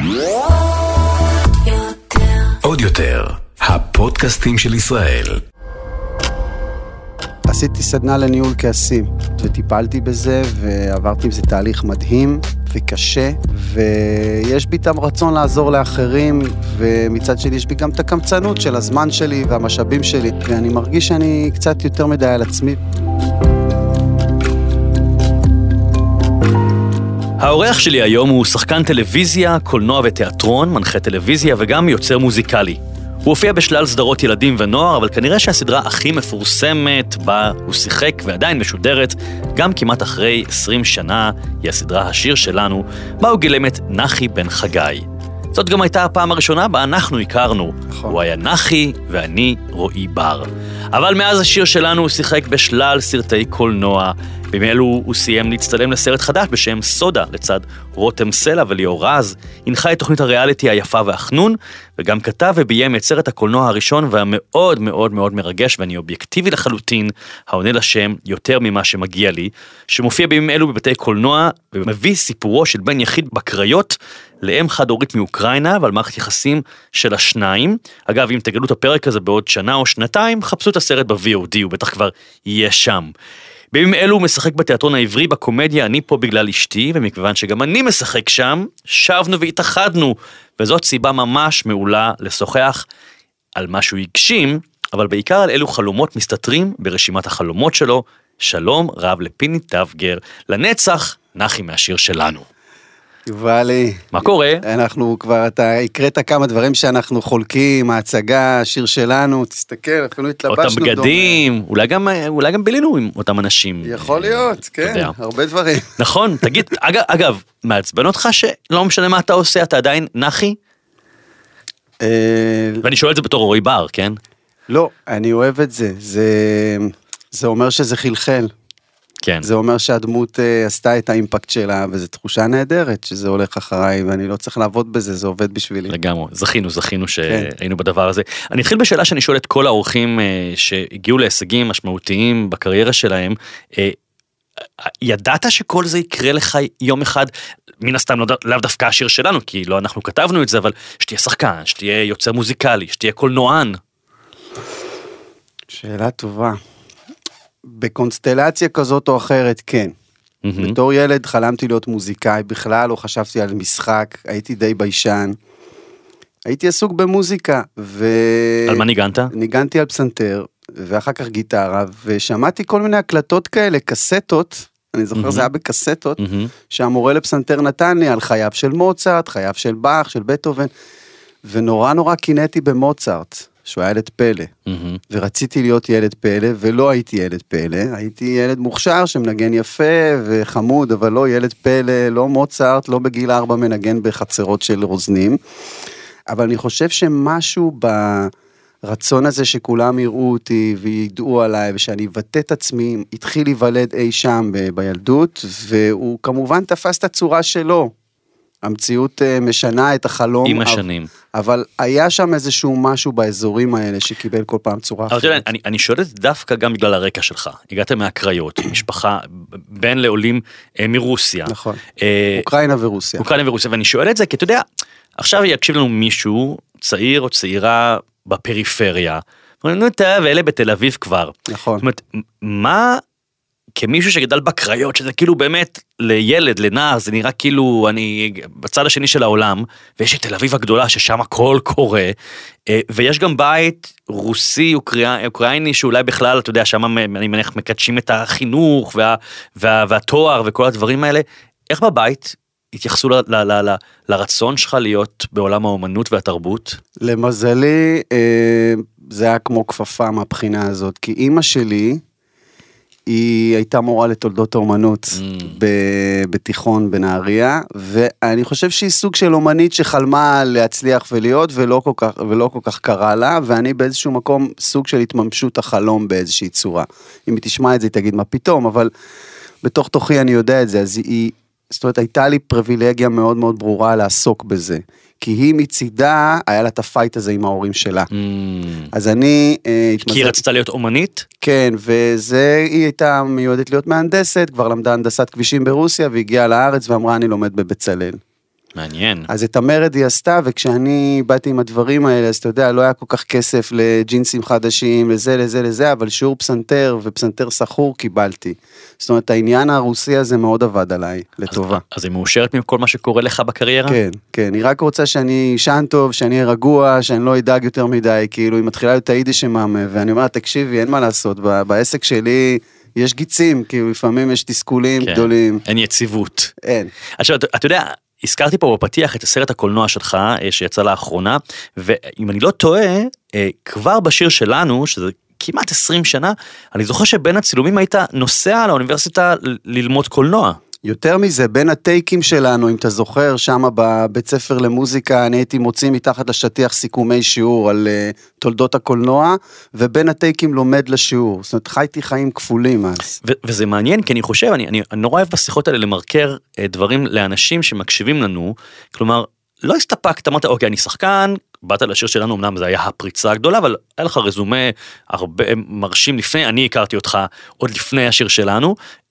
עוד יותר, הפודקאסטים של ישראל. עשיתי סדנה לניהול כעסים, וטיפלתי בזה, ועברתי עם זה תהליך מדהים וקשה, ויש בי גם רצון לעזור לאחרים, ומצד שלי יש בי גם את הקמצנות של הזמן שלי והמשאבים שלי, ואני מרגיש שאני קצת יותר מדי על עצמי. האורח שלי היום הוא שחקן טלוויזיה, קולנוע ותיאטרון, מנחה טלוויזיה וגם יוצר מוזיקלי. הוא הופיע בשלל סדרות ילדים ונוער, אבל כנראה שהסדרה הכי מפורסמת בה הוא שיחק ועדיין משודרת, גם כמעט אחרי 20 שנה, היא הסדרה השיר שלנו, בה הוא גילם את נחי בן חגי. זאת גם הייתה הפעם הראשונה בה אנחנו הכרנו. נכון. הוא היה נחי ואני רועי בר. אבל מאז השיר שלנו הוא שיחק בשלל סרטי קולנוע. בימים אלו הוא סיים להצטלם לסרט חדש בשם סודה, לצד רותם סלע וליאור רז, הנחה את תוכנית הריאליטי היפה והחנון, וגם כתב וביים את סרט הקולנוע הראשון והמאוד מאוד מאוד מרגש, ואני אובייקטיבי לחלוטין, העונה לשם יותר ממה שמגיע לי, שמופיע בימים אלו בבתי קולנוע, ומביא סיפורו של בן יחיד בקריות, לאם חד הורית מאוקראינה, ועל מערכת יחסים של השניים. אגב, אם תגלו את הפרק הזה בעוד שנה או שנתיים, חפשו את הסרט ב-VOD, הוא בטח כבר יהיה שם. בימים אלו הוא משחק בתיאטרון העברי בקומדיה אני פה בגלל אשתי, ומכיוון שגם אני משחק שם, שבנו והתאחדנו, וזאת סיבה ממש מעולה לשוחח על משהו הגשים, אבל בעיקר על אלו חלומות מסתתרים ברשימת החלומות שלו. שלום רב לפיני טבגר, לנצח נחי מהשיר שלנו. יובלי. מה קורה? אנחנו כבר, אתה הקראת כמה דברים שאנחנו חולקים, ההצגה, השיר שלנו, תסתכל, אפילו התלבשנו. אותם בגדים, אולי גם בילינו עם אותם אנשים. יכול להיות, כן, הרבה דברים. נכון, תגיד, אגב, מעצבן אותך שלא משנה מה אתה עושה, אתה עדיין נחי? ואני שואל את זה בתור רועי בר, כן? לא, אני אוהב את זה, זה אומר שזה חלחל. כן. זה אומר שהדמות עשתה את האימפקט שלה, וזו תחושה נהדרת שזה הולך אחריי, ואני לא צריך לעבוד בזה, זה עובד בשבילי. לגמרי, זכינו שהיינו בדבר הזה. אני אתחיל בשאלה שאני שואל את כל האורחים שהגיעו להישגים משמעותיים בקריירה שלהם, ידעת שכל זה יקרה לך יום אחד, מן הסתם לאו דווקא השיר שלנו, כי לא אנחנו כתבנו את זה, אבל שתהיה שחקן, שתהיה יוצר מוזיקלי, שתהיה קולנוען. שאלה טובה. בקונסטלציה כזאת או אחרת, כן. בתור ילד חלמתי להיות מוזיקאי, בכלל לא חשבתי על משחק, הייתי די ביישן. הייתי עסוק במוזיקה. על מה ניגנת? ניגנתי על פסנתר, ואחר כך גיטרה, ושמעתי כל מיני הקלטות כאלה, קסטות, אני זוכר זה היה בקסטות, שהמורה לפסנתר נתן לי על חייו של מוצרט, חייו של באך, של בטהובן, ונורא קינאתי במוצרט. שהוא היה ילד פלא, ורציתי להיות ילד פלא, ולא הייתי ילד פלא, הייתי ילד מוכשר שמנגן יפה וחמוד, אבל לא ילד פלא, לא מוצרט, לא בגיל 4 מנגן בחצרות של רוזנים, אבל אני חושב שמשהו ברצון הזה שכולם יראו אותי וידעו עליי, ושאני אבטא את עצמי, התחיל להיוולד אי שם בילדות, והוא כמובן תפס את הצורה שלו, המציאות משנה את החלום. עם השנים. אבל היה שם איזשהו משהו באזורים האלה שקיבל כל פעם צורה אחרת. אבל אני שואל את דווקא גם בגלל הרקע שלך. הגעת מהקריות, משפחה בין לעולים מרוסיה. נכון. אוקראינה ורוסיה. ואני שואל את זה כי אתה יודע, עכשיו יקשיב לנו מישהו, צעיר או צעירה בפריפריה, ואומרים, ואלה בתל אביב כבר. נכון. זאת אומרת, מה... כמישהו שגדל בקריות, שזה כאילו באמת לילד, לנער, זה נראה כאילו אני בצד השני של העולם, ויש את תל אביב הגדולה ששם הכל קורה, ויש גם בית רוסי, אוקראיני, שאולי בכלל, אתה יודע, שם אני מניח מקדשים את החינוך והתואר וכל הדברים האלה. איך בבית התייחסו לרצון שלך להיות בעולם האומנות והתרבות? למזלי, זה היה כמו כפפה מהבחינה הזאת, כי אמא שלי, היא הייתה מורה לתולדות האומנות בתיכון בנהריה, ואני חושב שהיא סוג של אומנית שחלמה להצליח ולהיות, ולא כל כך קרה לה, ואני באיזשהו מקום סוג של התממשות החלום באיזושהי צורה. אם היא תשמע את זה, היא תגיד מה פתאום, אבל בתוך תוכי אני יודע את זה, אז זאת אומרת, הייתה לי פריבילגיה מאוד מאוד ברורה לעסוק בזה. כי היא מצידה, היה לה את הפייט הזה עם ההורים שלה. אז אני... כי היא רצתה להיות אומנית? כן, היא הייתה מיועדת להיות מהנדסת, כבר למדה הנדסת כבישים ברוסיה, והגיעה לארץ ואמרה, אני לומד בבצלאל. מעניין. אז את המרד היא עשתה, וכשאני באתי עם הדברים האלה, אז אתה יודע, לא היה כל כך כסף לג'ינסים חדשים, לזה, אבל שיעור פסנתר ופסנתר סחור קיבלתי. זאת אומרת, העניין הרוסי הזה מאוד עבד עליי, לטובה. אז היא מאושרת מכל מה שקורה לך בקריירה? כן, כן, היא רק רוצה שאני אשן טוב, שאני אהיה רגוע, שאני לא אדאג יותר מדי, כאילו, היא מתחילה להיות היידיש שמאמה, ואני אומר, תקשיבי, אין מה לעשות, בעסק שלי יש גיצים, כאילו, לפעמים יש תסכולים גדולים. אין יציבות. אין. עכשיו, אתה יודע, הזכרתי פה בפתיח את הסרט הקולנוע שלך, שיצא לאחרונה, ואם אני לא טועה, כבר בשיר שלנו, שזה כמעט 20 שנה, אני זוכר שבין הצילומים היית נוסע לאוניברסיטה ללמוד קולנוע. יותר מזה, בין הטייקים שלנו, אם אתה זוכר, שם בבית ספר למוזיקה, אני הייתי מוציא מתחת לשטיח סיכומי שיעור על תולדות הקולנוע, ובין הטייקים לומד לשיעור. זאת אומרת, חייתי חיים כפולים אז. וזה מעניין, כי אני חושב, אני נורא אוהב בשיחות האלה למרקר דברים לאנשים שמקשיבים לנו, כלומר, לא הסתפקת, אמרת, אוקיי, אני שחקן, באת לשיר שלנו, אמנם זה היה הפריצה הגדולה, אבל היה לך רזומה הרבה מרשים לפני, אני הכרתי אותך עוד לפני השיר שלנו,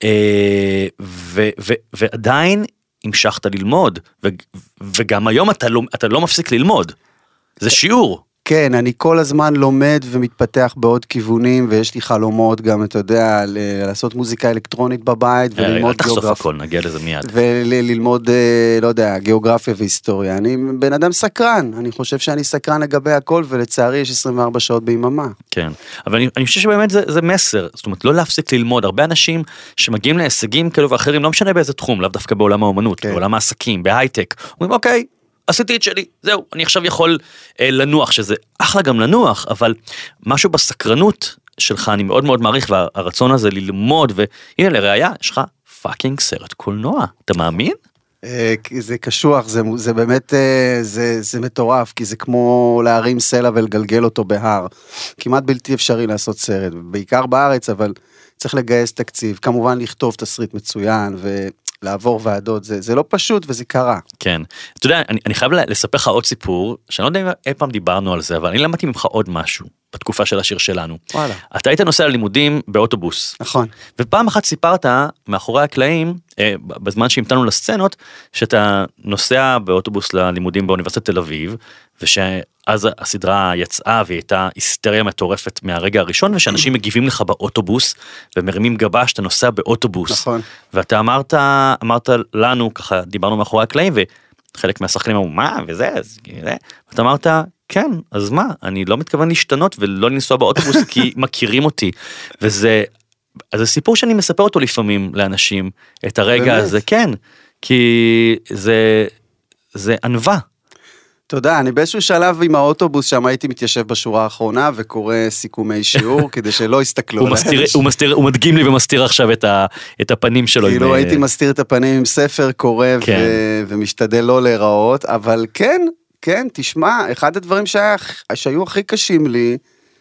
ועדיין המשכת ללמוד, וגם היום אתה לא מפסיק ללמוד, זה שיעור. כן, אני כל הזמן לומד ומתפתח בעוד כיוונים, ויש לי חלומות גם, אתה יודע, לעשות מוזיקה אלקטרונית בבית, וללמוד גיאוגרפיה. אל תחשוף הכל, נגיע לזה מיד. וללמוד, לא יודע, גיאוגרפיה והיסטוריה. אני בן אדם סקרן, אני חושב שאני סקרן לגבי הכל, ולצערי יש 24 שעות ביממה. כן, אבל אני חושב שבאמת זה מסר, זאת אומרת, לא להפסיק ללמוד. הרבה אנשים שמגיעים להישגים כאלו ואחרים, לא משנה באיזה תחום, לאו דווקא בעולם האומנות, בעולם העסקים, בהייטק, אומרים, אוקיי, עשיתי את שלי, זהו, אני עכשיו יכול לנוח, שזה אחלה גם לנוח, אבל משהו בסקרנות שלך אני מאוד מאוד מעריך, והרצון הזה ללמוד, והנה לראיה, יש לך פאקינג סרט קולנוע, אתה מאמין? זה קשוח, זה באמת, זה מטורף, כי זה כמו להרים סלע ולגלגל אותו בהר, כמעט בלתי אפשרי לעשות סרט, בעיקר בארץ, אבל צריך לגייס תקציב, כמובן לכתוב תסריט מצוין, לעבור ועדות, זה לא פשוט וזה קרה. כן, אתה יודע, אני חייב לספר לך עוד סיפור, שאני לא יודע אם אי פעם דיברנו על זה, אבל אני למדתי ממך עוד משהו, בתקופה של השיר שלנו. וואלה. אתה היית נוסע ללימודים באוטובוס. נכון. ופעם אחת סיפרת, מאחורי הקלעים, בזמן שהמתנו לסצנות, שאתה נוסע באוטובוס ללימודים באוניברסיטת תל אביב, ושאז הסדרה יצאה, והיא הייתה היסטריה מטורפת מהרגע הראשון, ושאנשים מגיבים לך באוטובוס, ומרימים גבה שאתה נוסע באוטובוס. נכון. ואתה אמרת לנו, ככה דיברנו מאחורי הקלעים, וחלק מהשחקנים אמרו, מה, וזה, ואתה אמרת, כן, אז מה, אני לא מתכוון להשתנות, ולא לנסוע באוטובוס, כי מכירים אותי, וזה, אז זה סיפור שאני מספר אותו לפעמים לאנשים, את הרגע הזה, כן, כי זה ענווה. תודה, אני באיזשהו שלב עם האוטובוס שם הייתי מתיישב בשורה האחרונה וקורא סיכומי שיעור כדי שלא יסתכלו. הוא מדגים לי ומסתיר עכשיו את הפנים שלו. כאילו הייתי מסתיר את הפנים עם ספר, קורא ומשתדל לא להיראות, אבל כן, תשמע, אחד הדברים שהיו הכי קשים לי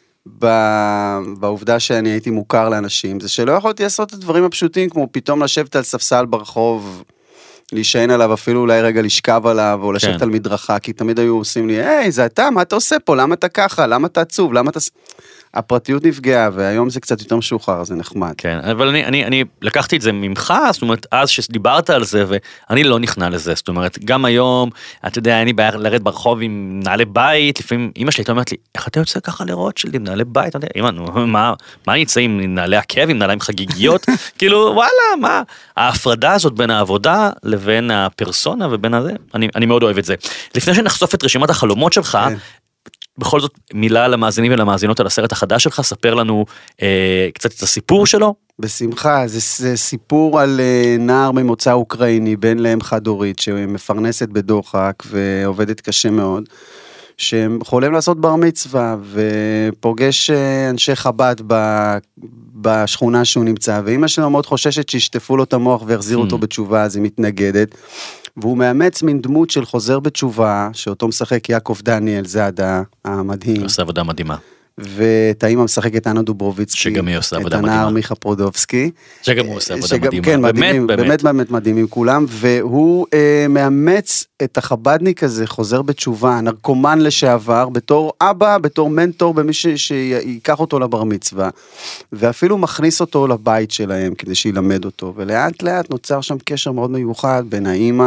בעובדה שאני הייתי מוכר לאנשים, זה שלא יכולתי לעשות את הדברים הפשוטים, כמו פתאום לשבת על ספסל ברחוב, להישען עליו, אפילו אולי רגע לשכב עליו, או לשבת על מדרכה, כי תמיד היו עושים לי, היי, זה אתה, מה אתה עושה פה? למה אתה ככה? למה אתה עצוב? למה אתה... הפרטיות נפגעה, והיום זה קצת יותר משוחרר, זה נחמד. כן, אבל אני לקחתי את זה ממך, זאת אומרת, אז שדיברת על זה, ואני לא נכנע לזה, זאת אומרת, גם היום, אתה יודע, אני בעיה לרד ברחוב עם נעלי בית, לפעמים אמא שלי אומרת לי, איך אתה יוצא ככה לראות שלי, עם נעלי בית? אתה יודע, אמא, נו, מה אני יצא עם נעלי עקב, עם נעליים חגיגיות? כאילו, וואלה, מה? ההפרדה הזאת בין העבודה לבין הפרסונה ובין הזה, אני מאוד אוהב את זה. לפני שנחשוף את רשימת החלומות שלך, בכל זאת מילה למאזינים ולמאזינות על הסרט החדש שלך, ספר לנו קצת את הסיפור שלו. בשמחה, זה סיפור על נער ממוצא אוקראיני, בן לאם חד-הורית, שמפרנסת בדוחק ועובדת קשה מאוד, שחולם לעשות בר מצווה, ופוגש אנשי חב"ד בשכונה שהוא נמצא, ואמא שלו מאוד חוששת שישטפו לו את המוח ויחזירו אותו בתשובה, אז היא מתנגדת, והוא מאמץ מין דמות של חוזר בתשובה, שאותו משחק יעקב דניאל, זה המדהים. הוא עושה עבודה מדהימה. ואת האמא משחקת אנה דוברוביצקי. שגם היא עושה עבודה מדהימה. את הנער מיכה פרודובסקי. שגם הוא עושה עבודה מדהימה. כן, באמת מדהימים כולם, והוא מאמץ את החבדניק הזה, חוזר בתשובה, נרקומן לשעבר, בתור אבא, בתור מנטור, במי שיקח אותו לבר מצווה, ואפילו מכניס אותו לבית שלהם, כדי שילמד אותו, ולאט לאט נוצר שם קשר מאוד מיוחד, בין האמא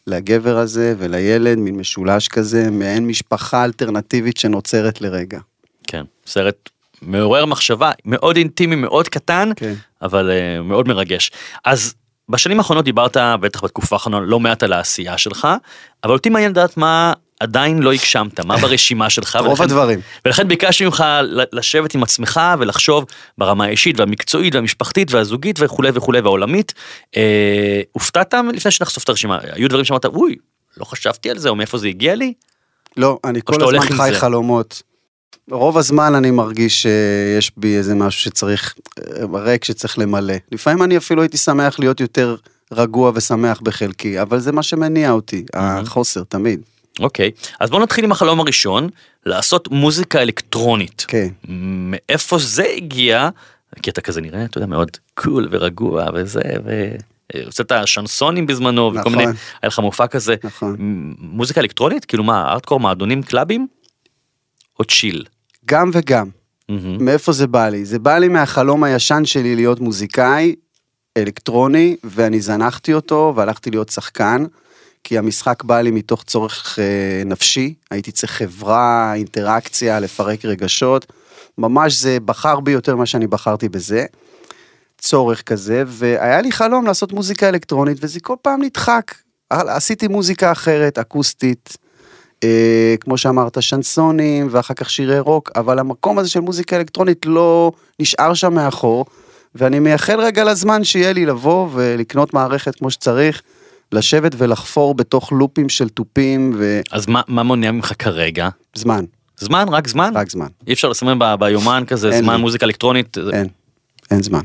לגבר הזה ולילד, מין משולש כזה, מעין משפחה אלטרנטיבית שנוצרת לרגע. כן, סרט מעורר מחשבה, מאוד אינטימי, מאוד קטן, כן. אבל מאוד מרגש. אז בשנים האחרונות דיברת, בטח בתקופה האחרונה, לא מעט על העשייה שלך, אבל אותי מעניין לדעת מה עדיין לא הגשמת, מה ברשימה שלך. רוב הדברים. ולכן ביקשתי ממך לשבת עם עצמך ולחשוב ברמה האישית והמקצועית והמשפחתית והזוגית וכו' וכו' והעולמית. הופתעת לפני שנחשוף את הרשימה, היו דברים שאמרת, אוי, לא חשבתי על זה, או מאיפה זה הגיע לי? לא, אני כל הזמן חי חלומות. רוב הזמן אני מרגיש שיש בי איזה משהו שצריך, ריק שצריך למלא. לפעמים אני אפילו הייתי שמח להיות יותר רגוע ושמח בחלקי, אבל זה מה שמניע אותי, החוסר תמיד. אוקיי, אז בואו נתחיל עם החלום הראשון, לעשות מוזיקה אלקטרונית. כן. מאיפה זה הגיע? כי אתה כזה נראה, אתה יודע, מאוד קול ורגוע וזה, הוצאת שנסונים בזמנו, וכל מיני, היה לך מופע כזה. נכון. מוזיקה אלקטרונית? כאילו מה, ארטקור, מועדונים, קלאבים? או צ'יל? גם וגם. מאיפה זה בא לי? זה בא לי מהחלום הישן שלי להיות מוזיקאי אלקטרוני, ואני זנחתי אותו, והלכתי להיות שחקן, כי המשחק בא לי מתוך צורך נפשי, הייתי צריך חברה, אינטראקציה, לפרק רגשות, ממש זה בחר בי יותר מה שאני בחרתי בזה, צורך כזה, והיה לי חלום לעשות מוזיקה אלקטרונית, וזה כל פעם נדחק, עשיתי מוזיקה אחרת, אקוסטית, כמו שאמרת, שנסונים, ואחר כך שירי רוק, אבל המקום הזה של מוזיקה אלקטרונית לא נשאר שם מאחור, ואני מייחל רגע לזמן שיהיה לי לבוא ולקנות מערכת כמו שצריך, לשבת ולחפור בתוך לופים של טופים אז מה מונע ממך כרגע? זמן. זמן? רק זמן? רק זמן. אי אפשר לסמן ביומן כזה זמן מוזיקה אלקטרונית? אין זמן.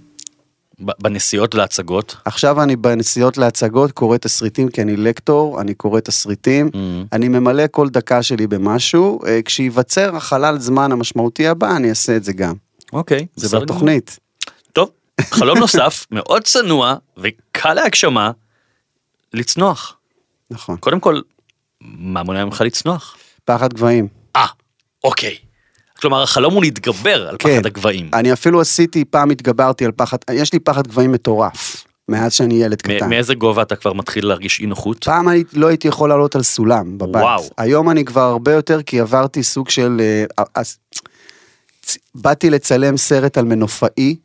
בנסיעות להצגות? עכשיו אני בנסיעות להצגות, קורא תסריטים, כי אני לקטור, אני קורא תסריטים, אני ממלא כל דקה שלי במשהו, כשיווצר החלל זמן המשמעותי הבא, אני אעשה את זה גם. אוקיי. זה בתוכנית. טוב, חלום נוסף, מאוד צנוע, וקל להגשמה, לצנוח. נכון. קודם כל, מה מונע ממך לצנוח? פחד גבהים. אוקיי. כלומר, החלום הוא להתגבר על פחד הגבהים. אני אפילו פעם התגברתי על פחד, יש לי פחד גבהים מטורף, מאז שאני ילד קטן. מאיזה גובה אתה כבר מתחיל להרגיש אי נוחות? פעם לא הייתי יכול לעלות על סולם בבית. וואו. היום אני כבר הרבה יותר, כי עברתי סוג של, באתי לצלם סרט על מנופאי,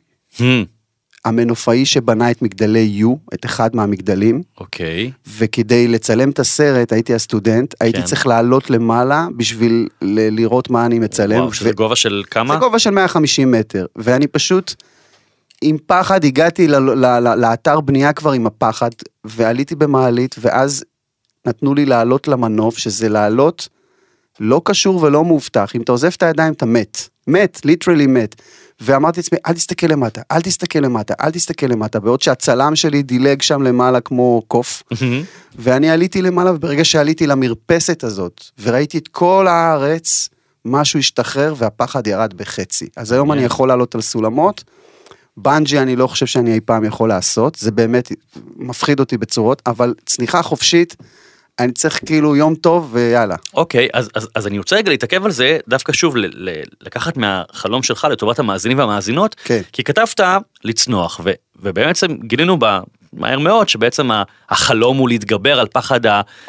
המנופאי שבנה את מגדלי יו, את אחד מהמגדלים. אוקיי. וכדי לצלם את הסרט, הייתי הסטודנט, הייתי צריך לעלות למעלה, בשביל לראות מה אני מצלם. וואו, שזה גובה של כמה? זה גובה של 150 מטר, ואני פשוט, עם פחד, הגעתי לאתר בנייה כבר עם הפחד, ועליתי במעלית, ואז נתנו לי לעלות למנוף, שזה לעלות, לא קשור ולא מובטח, אם אתה עוזב את הידיים, אתה מת, ליטרלי מת, ואמרתי לעצמי, אל תסתכל למטה, אל תסתכל למטה, אל תסתכל למטה, בעוד שהצלם שלי דילג שם למעלה כמו קוף, ואני עליתי למעלה, וברגע שעליתי למרפסת הזאת, וראיתי את כל הארץ, משהו השתחרר, והפחד ירד בחצי. אז היום אני יכול לעלות על סולמות, בנג'י אני לא חושב שאני אי פעם יכול לעשות, זה באמת מפחיד אותי בצורות, אבל צניחה חופשית, אני צריך כאילו יום טוב ויאללה. אוקיי, אז אני רוצה רגע להתעכב על זה, דווקא שוב לקחת מהחלום שלך לטובת המאזינים והמאזינות, כי כתבת לצנוח, ובעצם גילינו מהר מאוד שבעצם החלום הוא להתגבר על פחד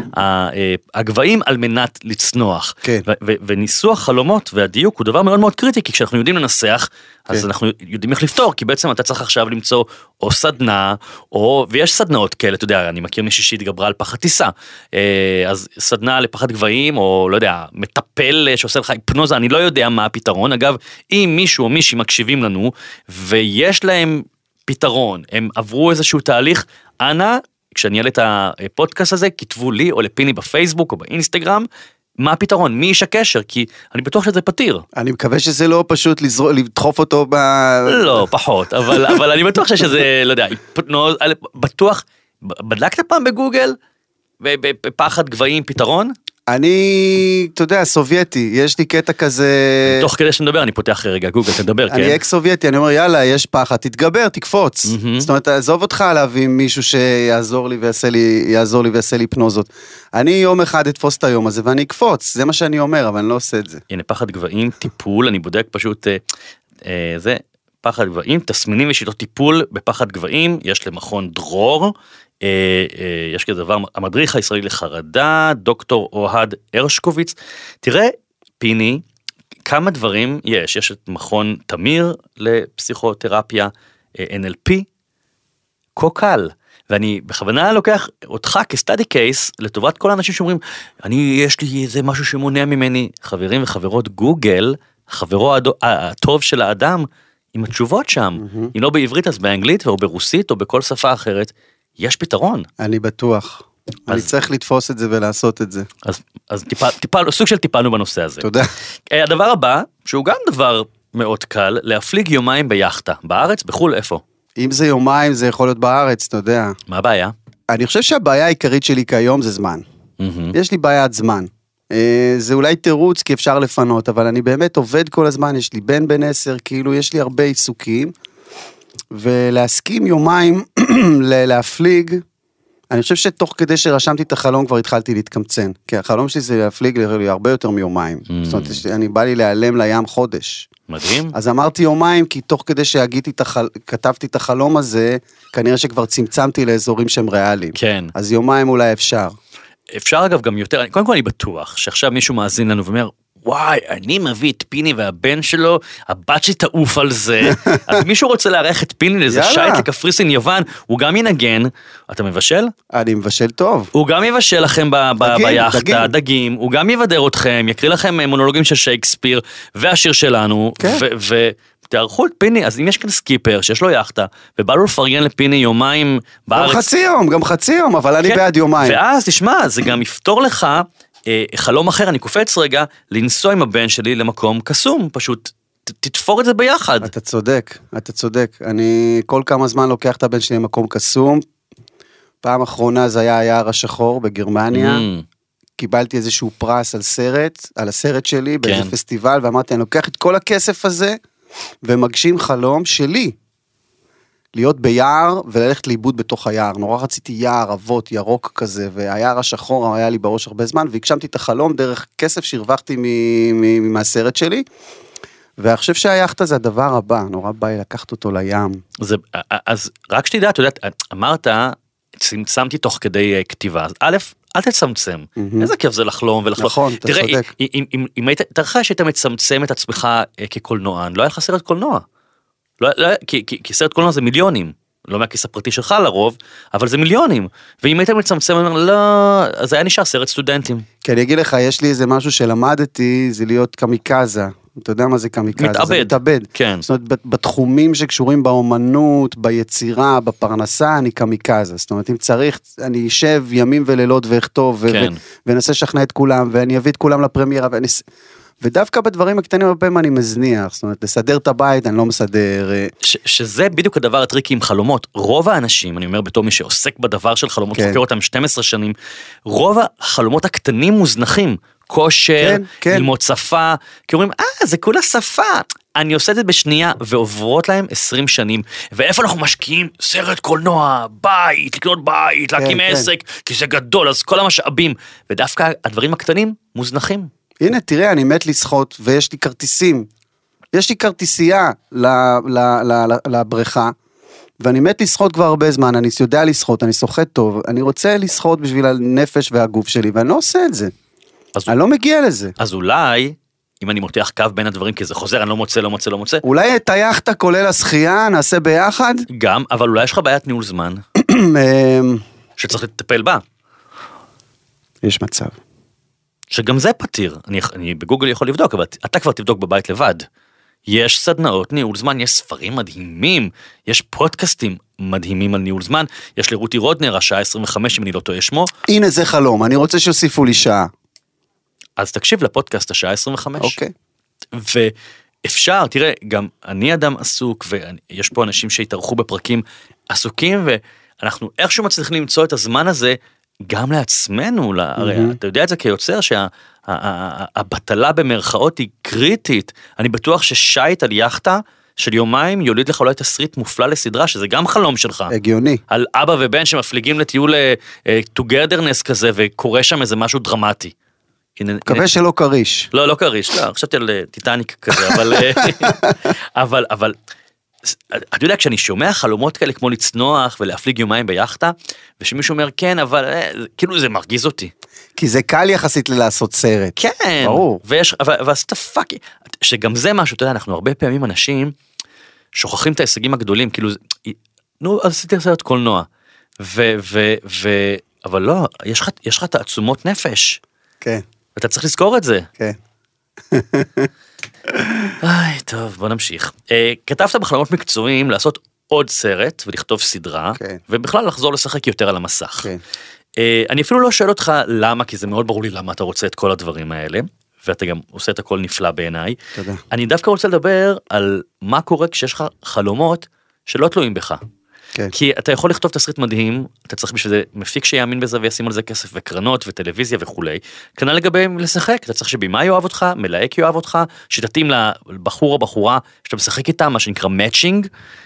הגבהים על מנת לצנוח. וניסוח חלומות והדיוק הוא דבר מאוד מאוד קריטי, כי כשאנחנו יודעים לנסח, אז אנחנו יודעים איך לפתור, כי בעצם אתה צריך עכשיו למצוא או סדנה, ויש סדנאות כאלה, אתה יודע, אני מכיר מישהי שהתגברה על פחד טיסה, אז סדנה לפחד גבהים, או לא יודע, מטפל שעושה לך היפנוזה, אני לא יודע מה הפתרון. אגב, אם מישהו או מישהי מקשיבים לנו, ויש להם פתרון, הם עברו איזשהו תהליך, אנא, כשאני אעלה את הפודקאסט הזה, כתבו לי או לפיני בפייסבוק או באינסטגרם, מה הפתרון, מי איש הקשר, כי אני בטוח שזה פתיר. אני מקווה שזה לא פשוט לדחוף אותו לא, פחות, אבל אני בטוח שזה, לא יודע, בטוח, בדקת פעם בגוגל, בפחד גבהים פתרון? אני, אתה יודע, סובייטי, יש לי קטע כזה... תוך כדי שנדבר, אני פותח רגע גוגל, תדבר, כן? אני אקס סובייטי, אני אומר, יאללה, יש פחד, תתגבר, תקפוץ. זאת אומרת, תעזוב אותך להביא מישהו שיעזור לי ויעשה לי פנוזות. אני יום אחד אתפוס את היום הזה, ואני אקפוץ, זה מה שאני אומר, אבל אני לא עושה את זה. הנה, פחד גבהים, טיפול, אני בודק פשוט, זה, פחד גבהים, תסמינים ושיטות טיפול בפחד גבהים, יש למכון דרור, יש כזה דבר, המדריך הישראלי לחרדה, דוקטור אוהד הרשקוביץ, תראה, פיני, כמה דברים יש את מכון תמיר לפסיכותרפיה, NLP, כה קל, ואני בכוונה לוקח אותך כסטאדי קייס, לטובת כל האנשים שאומרים, יש לי איזה משהו שמונע ממני, חברים וחברות גוגל, חברו הטוב של האדם, עם התשובות שם, אם לא בעברית אז באנגלית, או ברוסית, או בכל שפה אחרת, יש פתרון. אני בטוח. אני צריך לתפוס את זה ולעשות את זה. אז סוג של טיפלנו בנושא הזה. תודה. הדבר הבא, שהוא גם דבר מאוד קל, להפליג יומיים ביחטה. בארץ, בחול, איפה? אם זה יומיים, זה יכול להיות בארץ, אתה יודע. מה הבעיה? אני חושב שהבעיה העיקרית שלי כיום זה זמן. יש לי בעיית זמן. זה אולי תירוץ, כי אפשר לפנות, אבל אני באמת עובד כל הזמן, יש לי בן 10, כאילו יש לי הרבה עיסוקים, ולהסכים יומיים להפליג, אני חושב שתוך כדי שרשמתי את החלום כבר התחלתי להתקמצן, כי החלום שלי זה להפליג לי הרבה יותר מיומיים, זאת אומרת, אני בא לי להיעלם לים חודש. מדהים. אז אמרתי יומיים, כי תוך כדי כתבתי את החלום הזה, כנראה שכבר צמצמתי לאזורים שהם ריאליים. כן. אז יומיים אולי אפשר. אפשר אגב גם יותר, קודם כל אני בטוח, שעכשיו מישהו מאזין לנו ואומר, וואי, אני מביא את פיני והבן שלו, הבת שלי תעוף על זה, אז מישהו רוצה לארח את פיני לאיזה שייט לקפריסין יוון, הוא גם ינגן, אתה מבשל? אני מבשל טוב. הוא גם יבשל לכם ביחדה, דגים, הוא גם יבדר אתכם, יקריא לכם מונולוגים של שייקספיר, והשיר שלנו, ותערכו את פיני, אז אם יש כאן סקיפר שיש לו יחדה, ובא לו לפרגן לפיני יומיים בארץ. גם חצי יום, אבל אני בעד יומיים. ואז תשמע, זה גם יפתור לך, חלום אחר, אני קופץ רגע, לנסוע עם הבן שלי למקום קסום, פשוט תתפור את זה ביחד. אתה צודק. אני כל כמה זמן לוקח את הבן שלי למקום קסום, פעם אחרונה זה היה היער השחור בגרמניה, קיבלתי איזשהו פרס על הסרט שלי, באיזה פסטיבל, ואמרתי, אני לוקח את כל הכסף הזה, ומגשים חלום שלי, להיות ביער וללכת לאיבוד בתוך היער. נורא רציתי יער אבות, ירוק כזה, והיער השחור היה לי בראש הרבה זמן, והגשמתי את החלום דרך כסף שהרווחתי מהסרט שלי, ואני חושב שהיחטה זה הדבר הבא, נורא בא לי לקחת אותו לים. אז רק שתדע, אתה יודע, אמרת, צמצמתי תוך כדי כתיבה, אז א', אל תצמצם, איזה כיף זה לחלום ולחלום. נכון, אתה צודק. תראה, תראה שהיית מצמצם את עצמך כקולנוע, לא היה לך סרט קולנוע. כי סרט קולנוע זה מיליונים, לא מהכיס הפרטי שלך לרוב, אבל זה מיליונים, ואם היית מצמצם, אני אומר, לא, אז היה נשאר סרט סטודנטים. כי אני אגיד לך, יש לי איזה משהו שלמדתי, זה להיות קמיקזה, אתה יודע מה זה קמיקזה? מתאבד. כן. זאת אומרת, בתחומים שקשורים באומנות, ביצירה, בפרנסה, אני קמיקזה, זאת אומרת, אם צריך, אני אשב ימים ולילות ואכתוב, ונסה לשכנע את כולם, ואני אביא את כולם לפרמיירה, ודווקא בדברים הקטנים הרבה אני מזניח, זאת אומרת, לסדר את הבית, אני לא מסדר. שזה בדיוק הדבר הטריקי עם חלומות. רוב האנשים, אני אומר בתור מי שעוסק בדבר של חלומות, חוקר אותם 12 שנים, רוב החלומות הקטנים מוזנחים, כושר, ללמוד שפה, כי אומרים, זה כולה שפה. אני עושה את זה בשנייה, ועוברות להם 20 שנים, ואיפה אנחנו משקיעים? סרט קולנוע, בית, לקנות בית, להקים עסק, כי זה גדול, אז כל המשאבים, ודווקא הדברים הקטנים מוזנחים. הנה, תראה, אני מת לשחות, ויש לי כרטיסים. יש לי כרטיסייה לבריכה, ואני מת לשחות כבר הרבה זמן, אני יודע לשחות, אני שוחט טוב, אני רוצה לשחות בשביל הנפש והגוף שלי, ואני לא עושה את זה. אני לא מגיע לזה. אז אולי, אם אני מותח קו בין הדברים, כי זה חוזר, אני לא מוצא. אולי את היחטה כולל השחייה, נעשה ביחד? גם, אבל אולי יש לך בעיית ניהול זמן, שצריך לטפל בה. יש מצב. שגם זה פתיר, אני בגוגל יכול לבדוק, אבל אתה כבר תבדוק בבית לבד. יש סדנאות ניהול זמן, יש ספרים מדהימים, יש פודקאסטים מדהימים על ניהול זמן, יש לרותי רודנר, השעה 25, אם אני לא טועה שמו. הנה זה חלום, אני רוצה שיוסיפו לי שעה. אז תקשיב לפודקאסט, השעה 25. אוקיי. ואפשר, תראה, גם אני אדם עסוק, ויש פה אנשים שהתארחו בפרקים עסוקים, ואנחנו איכשהו מצליחים למצוא את הזמן הזה, גם לעצמנו, הרי אתה יודע את זה כיוצר שהבטלה במרכאות היא קריטית, אני בטוח ששייט על יחטה של יומיים יוליד לך אולי תסריט מופלא לסדרה, שזה גם חלום שלך. הגיוני. על אבא ובן שמפליגים לטיול togetherness כזה, וקורה שם איזה משהו דרמטי. מקווה שלא קריש. לא קריש, לא, חשבתי על טיטניק כזה, אבל אתה יודע, כשאני שומע חלומות כאלה כמו לצנוח ולהפליג יומיים ביחטה, ושמישהו אומר כן, אבל כאילו זה מרגיז אותי. כי זה קל יחסית לעשות סרט. כן. ברור. ועשית פאקי, שגם זה משהו, אתה יודע, אנחנו הרבה פעמים אנשים שוכחים את ההישגים הגדולים, כאילו, נו, אז עשיתי סרט קולנוע. אבל לא, יש לך תעצומות נפש. כן. אתה צריך לזכור את זה. כן. טוב, בוא נמשיך. כתבת בחלומות מקצועיים לעשות עוד סרט ולכתוב סדרה, ובכלל לחזור לשחק יותר על המסך. אני אפילו לא שואל אותך למה, כי זה מאוד ברור לי למה אתה רוצה את כל הדברים האלה, ואתה גם עושה את הכל נפלא בעיניי. תודה. אני דווקא רוצה לדבר על מה קורה כשיש לך חלומות שלא תלויים בך. כן. כי אתה יכול לכתוב תסריט מדהים, אתה צריך בשביל זה מפיק שיאמין בזה וישים על זה כסף וקרנות וטלוויזיה וכולי. כנ"ל לגבי לשחק, אתה צריך שבימה יאהב אותך, מלהק יאהב אותך, שתתאים לבחור או בחורה שאתה משחק איתם, מה שנקרא מאצ'ינג.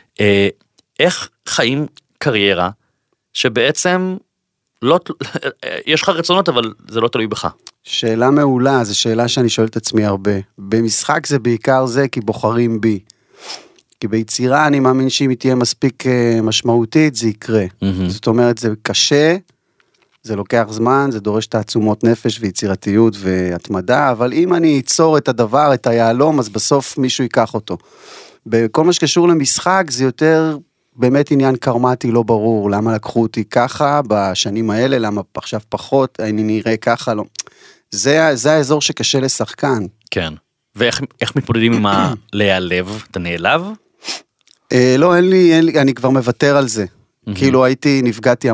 איך חיים קריירה שבעצם לא, יש לך רצונות אבל זה לא תלוי בך. שאלה מעולה, זו שאלה שאני שואל את עצמי הרבה. במשחק זה בעיקר זה כי בוחרים בי. כי ביצירה אני מאמין שאם היא תהיה מספיק משמעותית, זה יקרה. זאת אומרת, זה קשה, זה לוקח זמן, זה דורש תעצומות נפש ויצירתיות והתמדה, אבל אם אני אצור את הדבר, את היעלום, אז בסוף מישהו ייקח אותו. בכל מה שקשור למשחק, זה יותר באמת עניין קרמטי לא ברור, למה לקחו אותי ככה בשנים האלה, למה עכשיו פחות, אני נראה ככה, לא. זה האזור שקשה לשחקן. כן. ואיך מתמודדים עם להיעלב? אתה נעלב? לא, אין לי, אני כבר מוותר על זה. כאילו נפגעתי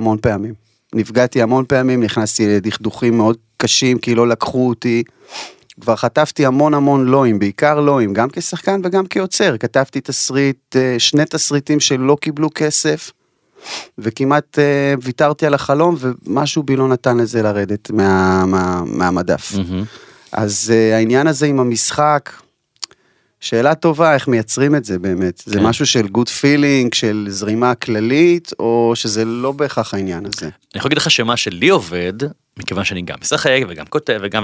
המון פעמים, נכנסתי לדכדוכים מאוד קשים, כי לא לקחו אותי, כבר חטפתי המון לואים, בעיקר לואים, גם כשחקן וגם כיוצר, כתבתי תסריט, 2 תסריטים שלא קיבלו כסף, וכמעט ויתרתי על החלום, ומשהו בי לא נתן לזה לרדת מהמדף. אז העניין הזה עם המשחק, שאלה טובה, איך מייצרים את זה באמת? זה משהו של good feeling, של זרימה כללית, או שזה לא בהכרח העניין הזה? אני יכול להגיד לך שמה שלי עובד, מכיוון שאני גם משחק וגם כותב וגם,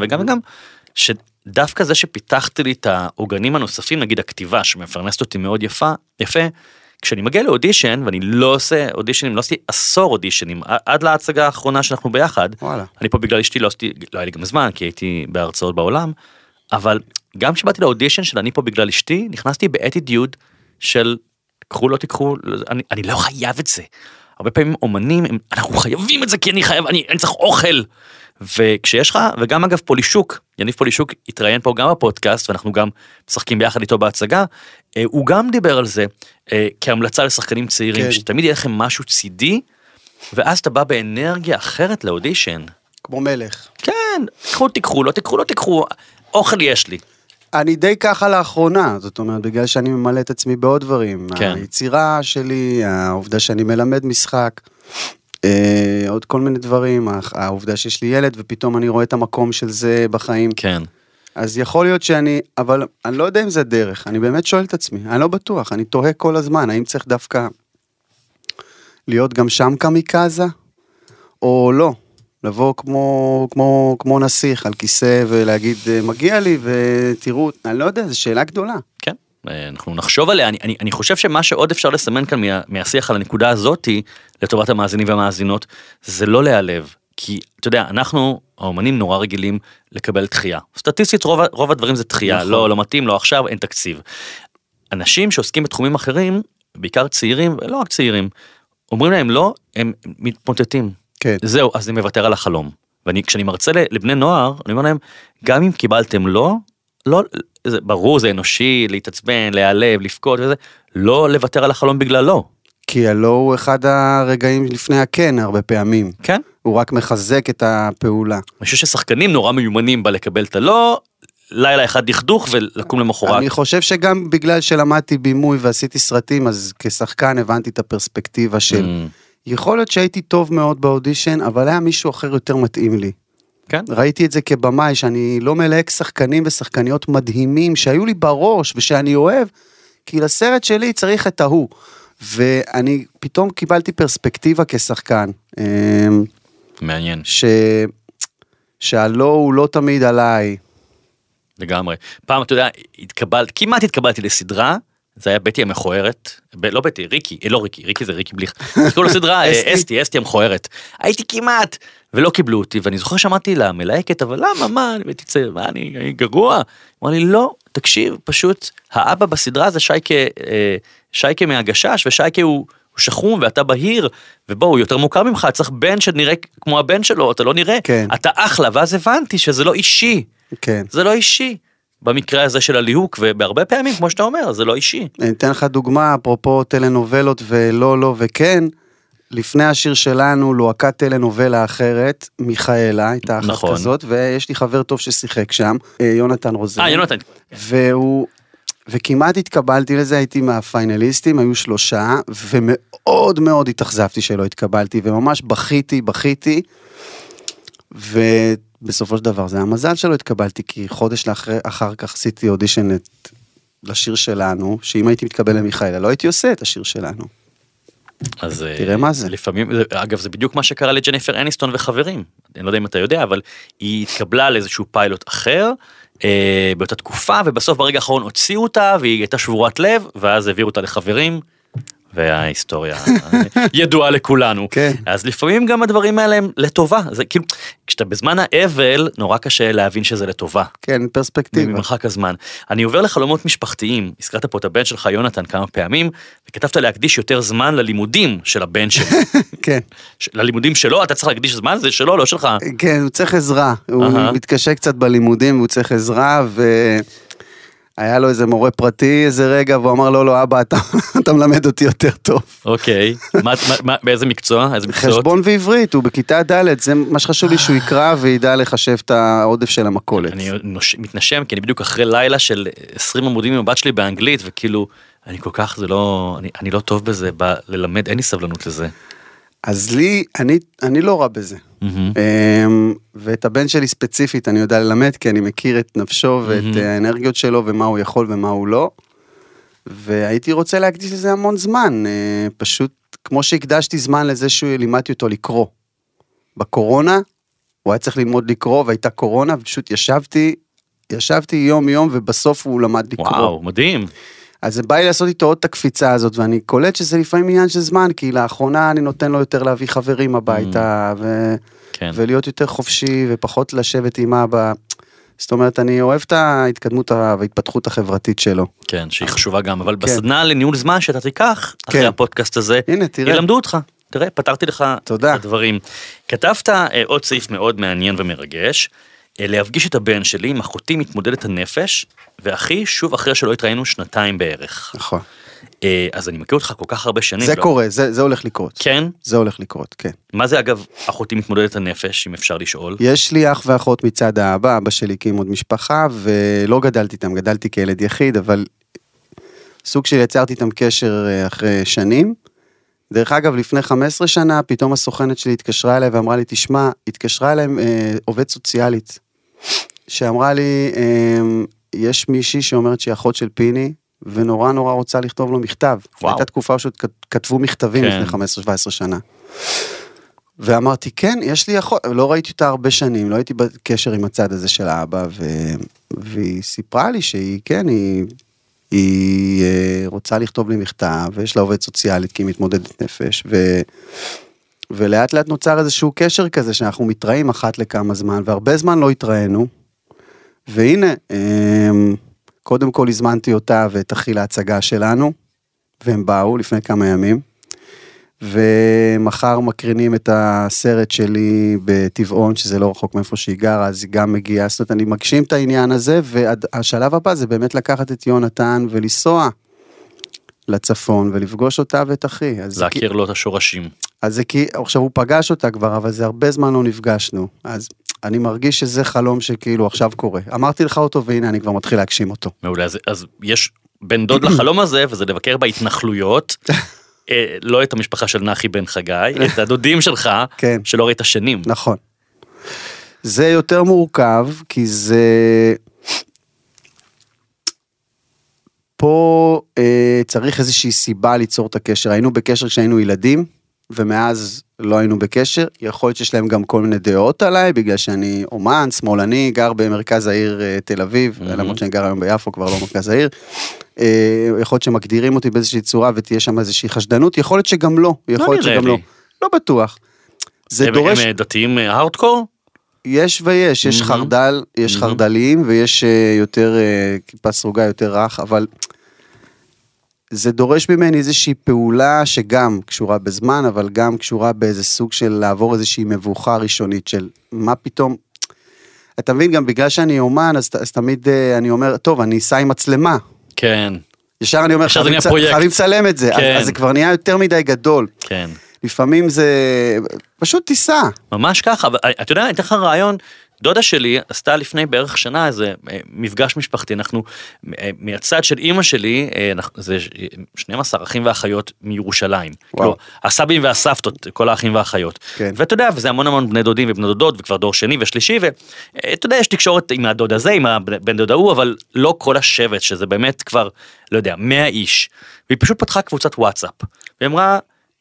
שדווקא זה שפיתחתי לי את העוגנים הנוספים, נגיד הכתיבה שמפרנסת אותי מאוד יפה, כשאני מגיע לאודישן, ואני לא עושה אודישנים, לא עשיתי 10 אודישנים, עד להצגה האחרונה שאנחנו ביחד, אני פה בגלל אשתי, לא היה לי גם זמן, כי הייתי בהרצאות בעולם, אבל גם כשבאתי לאודישן של אני פה בגלל אשתי, נכנסתי באטיטיוד של קחו לא תקחו, אני לא חייב את זה. הרבה פעמים אומנים, אנחנו חייבים את זה כי אני חייב, אני צריך אוכל. וכשיש לך, וגם אגב פולישוק, יניב פולישוק התראיין פה גם בפודקאסט, ואנחנו גם משחקים ביחד איתו בהצגה, הוא גם דיבר על זה, כהמלצה לשחקנים צעירים, שתמיד יהיה לכם משהו צידי, ואז אתה בא באנרגיה אחרת לאודישן. כמו מלך. כן, תקחו, לא תקחו, אוכל יש לי. אני די ככה לאחרונה, זאת אומרת, בגלל שאני ממלא את עצמי בעוד דברים, היצירה שלי, העובדה שאני מלמד משחק, עוד כל מיני דברים, העובדה שיש לי ילד, ופתאום אני רואה את המקום של זה בחיים. כן. אז יכול להיות אבל אני לא יודע אם זה דרך, אני באמת שואל את עצמי, אני לא בטוח, אני תוהה כל הזמן, האם צריך דווקא להיות גם שם קמיקזה, או לא, לבוא כמו נסיך על כיסא ולהגיד, מגיע לי ותראו, אני לא יודע, זו שאלה גדולה. כן, אנחנו נחשוב עליה, אני חושב שמה שעוד אפשר לסמן כאן מהשיח על הנקודה הזאת, לטובת המאזינים והמאזינות, זה לא להיעלב, כי אתה יודע, אנחנו, האומנים נורא רגילים לקבל דחייה. סטטיסטית, רוב הדברים זה דחייה, לא מתאים, לא עכשיו, אין תקציב. אנשים שעוסקים בתחומים אחרים, בעיקר צעירים, ולא רק צעירים, אומרים להם לא, הם מתמוטטים. כן. זהו, אז אני מוותר על החלום. וכשאני מרצה לבני נוער, אני אומר להם, גם אם קיבלתם לא, זה ברור, זה אנושי, להתעצבן, להיעלב, לפקוד וזה, לא לוותר על החלום בגלל לא. כי הלא הוא אחד הרגעים לפני הכן, הרבה פעמים. כן. הוא רק מחזק את הפעולה. אני חושב ששחקנים נורא מיומנים בה לקבל את הלא, לילה אחד דכדוך ולקום למחרת. אני חושב שגם בגלל שלמדתי בימוי ועשיתי סרטים, אז כשחקן הבנתי את הפרספקטיבה של, יכול להיות שהייתי טוב מאוד באודישן, אבל היה מישהו אחר יותר מתאים לי. כן. ראיתי את זה כבמאי, שאני לא מלהק שחקנים ושחקניות מדהימים, שהיו לי בראש ושאני אוהב, כי לסרט שלי צריך את ההוא. ואני פתאום קיבלתי פרספקטיבה כשחקן. מעניין. שהלא הוא לא תמיד עליי. לגמרי. פעם, אתה יודע, כמעט התקבלתי לסדרה, זה היה בטי המכוערת, לא בטי, ריקי, לא ריקי, ריקי זה ריקי בליך, קראו לו סדרה, אסתי המכוערת, הייתי כמעט, ולא קיבלו אותי, ואני זוכר שמעתי לה, מלהקת, אבל למה, מה, אני גרוע, אמר לי, לא, תקשיב, פשוט, האבא בסדרה זה שייקה מהגשש, ושייקה הוא שחום, ואתה בהיר, ובוא, הוא יותר מוכר ממך, צריך בן שנראה כמו הבן שלו, אתה לא נראה, אתה אחלה, ואז הבנתי שזה לא אישי, זה לא אישי, במקרה הזה של הליהוק, ובהרבה פעמים, כמו שאתה אומר, זה לא אישי. אני אתן לך דוגמה, אפרופו טלנובלות ולא, לא וכן, לפני השיר שלנו, לוהקת טלנובלה אחרת, מיכאלה, הייתה אחת כזאת, ויש לי חבר טוב ששיחק שם, יונתן רוזן. יונתן. וכמעט התקבלתי לזה, הייתי מהפיינליסטים, היו 3, ומאוד מאוד התאכזבתי שלא התקבלתי, וממש בכיתי, ובסופו של דבר זה המזל שלא התקבלתי, כי חודש אחר כך עשיתי אודישן לשיר שלנו, שאם הייתי מתקבל למיכאלה, לא הייתי עושה את השיר שלנו. אז תראה מה זה. לפעמים, אגב, זה בדיוק מה שקרה לג'ניפר אניסטון וחברים, אני לא יודע אם אתה יודע, אבל היא התקבלה לאיזשהו פיילוט אחר, באותה תקופה, ובסוף ברגע האחרון הוציאו אותה, והיא הייתה שבורת לב, ואז העבירו אותה לחברים, וההיסטוריה ידועה לכולנו. אז לפעמים גם הדברים האלה הם לטובה, זה כאילו, כשאתה בזמן האבל, נורא קשה להבין שזה לטובה. כן, פרספקטיבה. ממרחק הזמן. אני עובר לחלומות משפחתיים, הזכרת פה את הבן שלך יונתן כמה פעמים, וכתבת להקדיש יותר זמן ללימודים של הבן שלי. כן. ללימודים שלו, אתה צריך להקדיש זמן, זה שלו, לא שלך. כן, הוא צריך עזרה, הוא מתקשה קצת בלימודים, הוא צריך עזרה, היה לו איזה מורה פרטי איזה רגע, והוא אמר לא, אבא, אתה מלמד אותי יותר טוב. אוקיי, באיזה מקצוע? חשבון ועברית, הוא בכיתה ד', זה מה שחשוב לי שהוא יקרא וידע לחשב את העודף של המקולת. אני מתנשם, כי אני בדיוק אחרי לילה של 20 עמודים עם הבת שלי באנגלית, וכאילו, אני כל כך, אני לא טוב בזה, ללמד, אין לי סבלנות לזה. אז לי, אני לא רע בזה. ואת הבן שלי ספציפית אני יודע ללמד, כי אני מכיר את נפשו ואת האנרגיות שלו, ומה הוא יכול ומה הוא לא. והייתי רוצה להקדיש לזה המון זמן. פשוט, כמו שהקדשתי זמן לזה לימדתי אותו לקרוא. בקורונה, הוא היה צריך ללמוד לקרוא, והייתה קורונה, ופשוט ישבתי יום, ובסוף הוא למד לקרוא. וואו, מדהים. אז זה בא לי לעשות איתו עוד את הקפיצה הזאת, ואני קולט שזה לפעמים עניין של זמן, כי לאחרונה אני נותן לו יותר להביא חברים הביתה, ולהיות יותר חופשי, ופחות לשבת עם אבא. זאת אומרת, אני אוהב את ההתקדמות וההתפתחות החברתית שלו. כן, שהיא חשובה גם, אבל בסדנה לניהול זמן שאתה תיקח, אחרי הפודקאסט הזה, ילמדו אותך. תראה, פתרתי לך את הדברים. כתבת עוד סעיף מאוד מעניין ומרגש, להפגיש את הבן שלי עם אחותי מתמודדת הנפש, ואחי שוב אחרי שלא התראינו 2 בערך. נכון. אז אני מכיר אותך כל כך הרבה שנים. זה קורה, זה הולך לקרות. כן? זה הולך לקרות, כן. מה זה אגב אחותי מתמודדת הנפש, אם אפשר לשאול? יש לי אח ואחות מצד האבא, אבא שלי הקים עוד משפחה, ולא גדלתי איתם, גדלתי כילד יחיד, אבל סוג של יצרתי איתם קשר אחרי שנים. דרך אגב, לפני 15 שנה, פתאום הסוכנת שלי התקשרה אליי ואמרה לי, תשמע, התקשרה אליהם עובד סוציאלית, שאמרה לי, יש מישהי שאומרת שהיא אחות של פיני, ונורא רוצה לכתוב לו מכתב. הייתה תקופה שכתבו מכתבים לפני 15-17 שנה. ואמרתי, כן, יש לי אחות, לא ראיתי אותה הרבה שנים, לא הייתי בקשר עם הצד הזה של האבא, והיא סיפרה לי שהיא, כן, היא רוצה לכתוב לי מכתב, ויש לה עובד סוציאלית, כי היא מתמודדת נפש, ולאט לאט נוצר איזשהו קשר כזה, שאנחנו מתראים אחת לכמה זמן, והרבה זמן לא התראינו, והנה, קודם כל הזמנתי אותה ואת אחי להצגה שלנו, והם באו לפני כמה ימים, ומחר מקרינים את הסרט שלי בטבעון, שזה לא רחוק מאיפה שהיא גרה, אז היא גם מגיעה, זאת אומרת, אני מגשים את העניין הזה, והשלב הבא זה באמת לקחת את יונתן ולנסוע לצפון, ולפגוש אותה ואת אחי. להכיר לו את השורשים. אז זה כי, עכשיו הוא פגש אותה כבר, אבל זה הרבה זמן לא נפגשנו, אז אני מרגיש שזה חלום שכאילו עכשיו קורה. אמרתי לך אותו, והנה אני כבר מתחיל להגשים אותו. מעולה, אז יש בן דוד לחלום הזה, וזה לבקר בהתנחלויות, לא את המשפחה של נחי בן חגי, את הדודים שלך, שלא ראית שנים. נכון. זה יותר מורכב, כי זה... פה צריך איזושהי סיבה ליצור את הקשר. היינו בקשר כשהיינו ילדים, ומאז לא היינו בקשר, יכול להיות שיש להם גם כל מיני דעות עליי, בגלל שאני אומן, שמאלני, גר במרכז העיר תל אביב, למרות שאני גר היום ביפו, כבר לא מרכז העיר, יכול להיות שמגדירים אותי באיזושהי צורה, ותהיה שם איזושהי חשדנות, יכול להיות שגם לא, יכול להיות שגם לא, לא בטוח. הם דתיים הארדקור? יש ויש, יש חרדל, יש חרדליים, ויש יותר כיפה סרוגה, יותר רך, אבל זה דורש ממני איזושהי פעולה שגם קשורה בזמן, אבל גם קשורה באיזה סוג של לעבור איזושהי מבוכה ראשונית של מה פתאום, אתה מבין, גם בגלל שאני אומן, אז תמיד אני אומר, טוב, אני אסע עם מצלמה. כן. ישר אני אומר, חייבים לצלם את זה, אז זה כבר נהיה יותר מדי גדול. כן. לפעמים זה פשוט טיסה. ממש ככה, אתה יודע, אני אתן לך רעיון, דודה שלי עשתה לפני בערך שנה איזה מפגש משפחתי, אנחנו מהצד של אמא שלי, זה 12 אחים ואחיות מירושלים, כאילו, הסבים והסבתות, כל האחים והאחיות, ואתה יודע, וזה המון המון בני דודים ובני דודות, וכבר דור שני ושלישי, ואתה יודע, יש תקשורת עם הדוד הזה, עם הבן דוד ההוא, אבל לא כל השבט, שזה באמת כבר, לא יודע, 100 איש, והיא פשוט פתחה קבוצת וואטסאפ, והיא אמרה,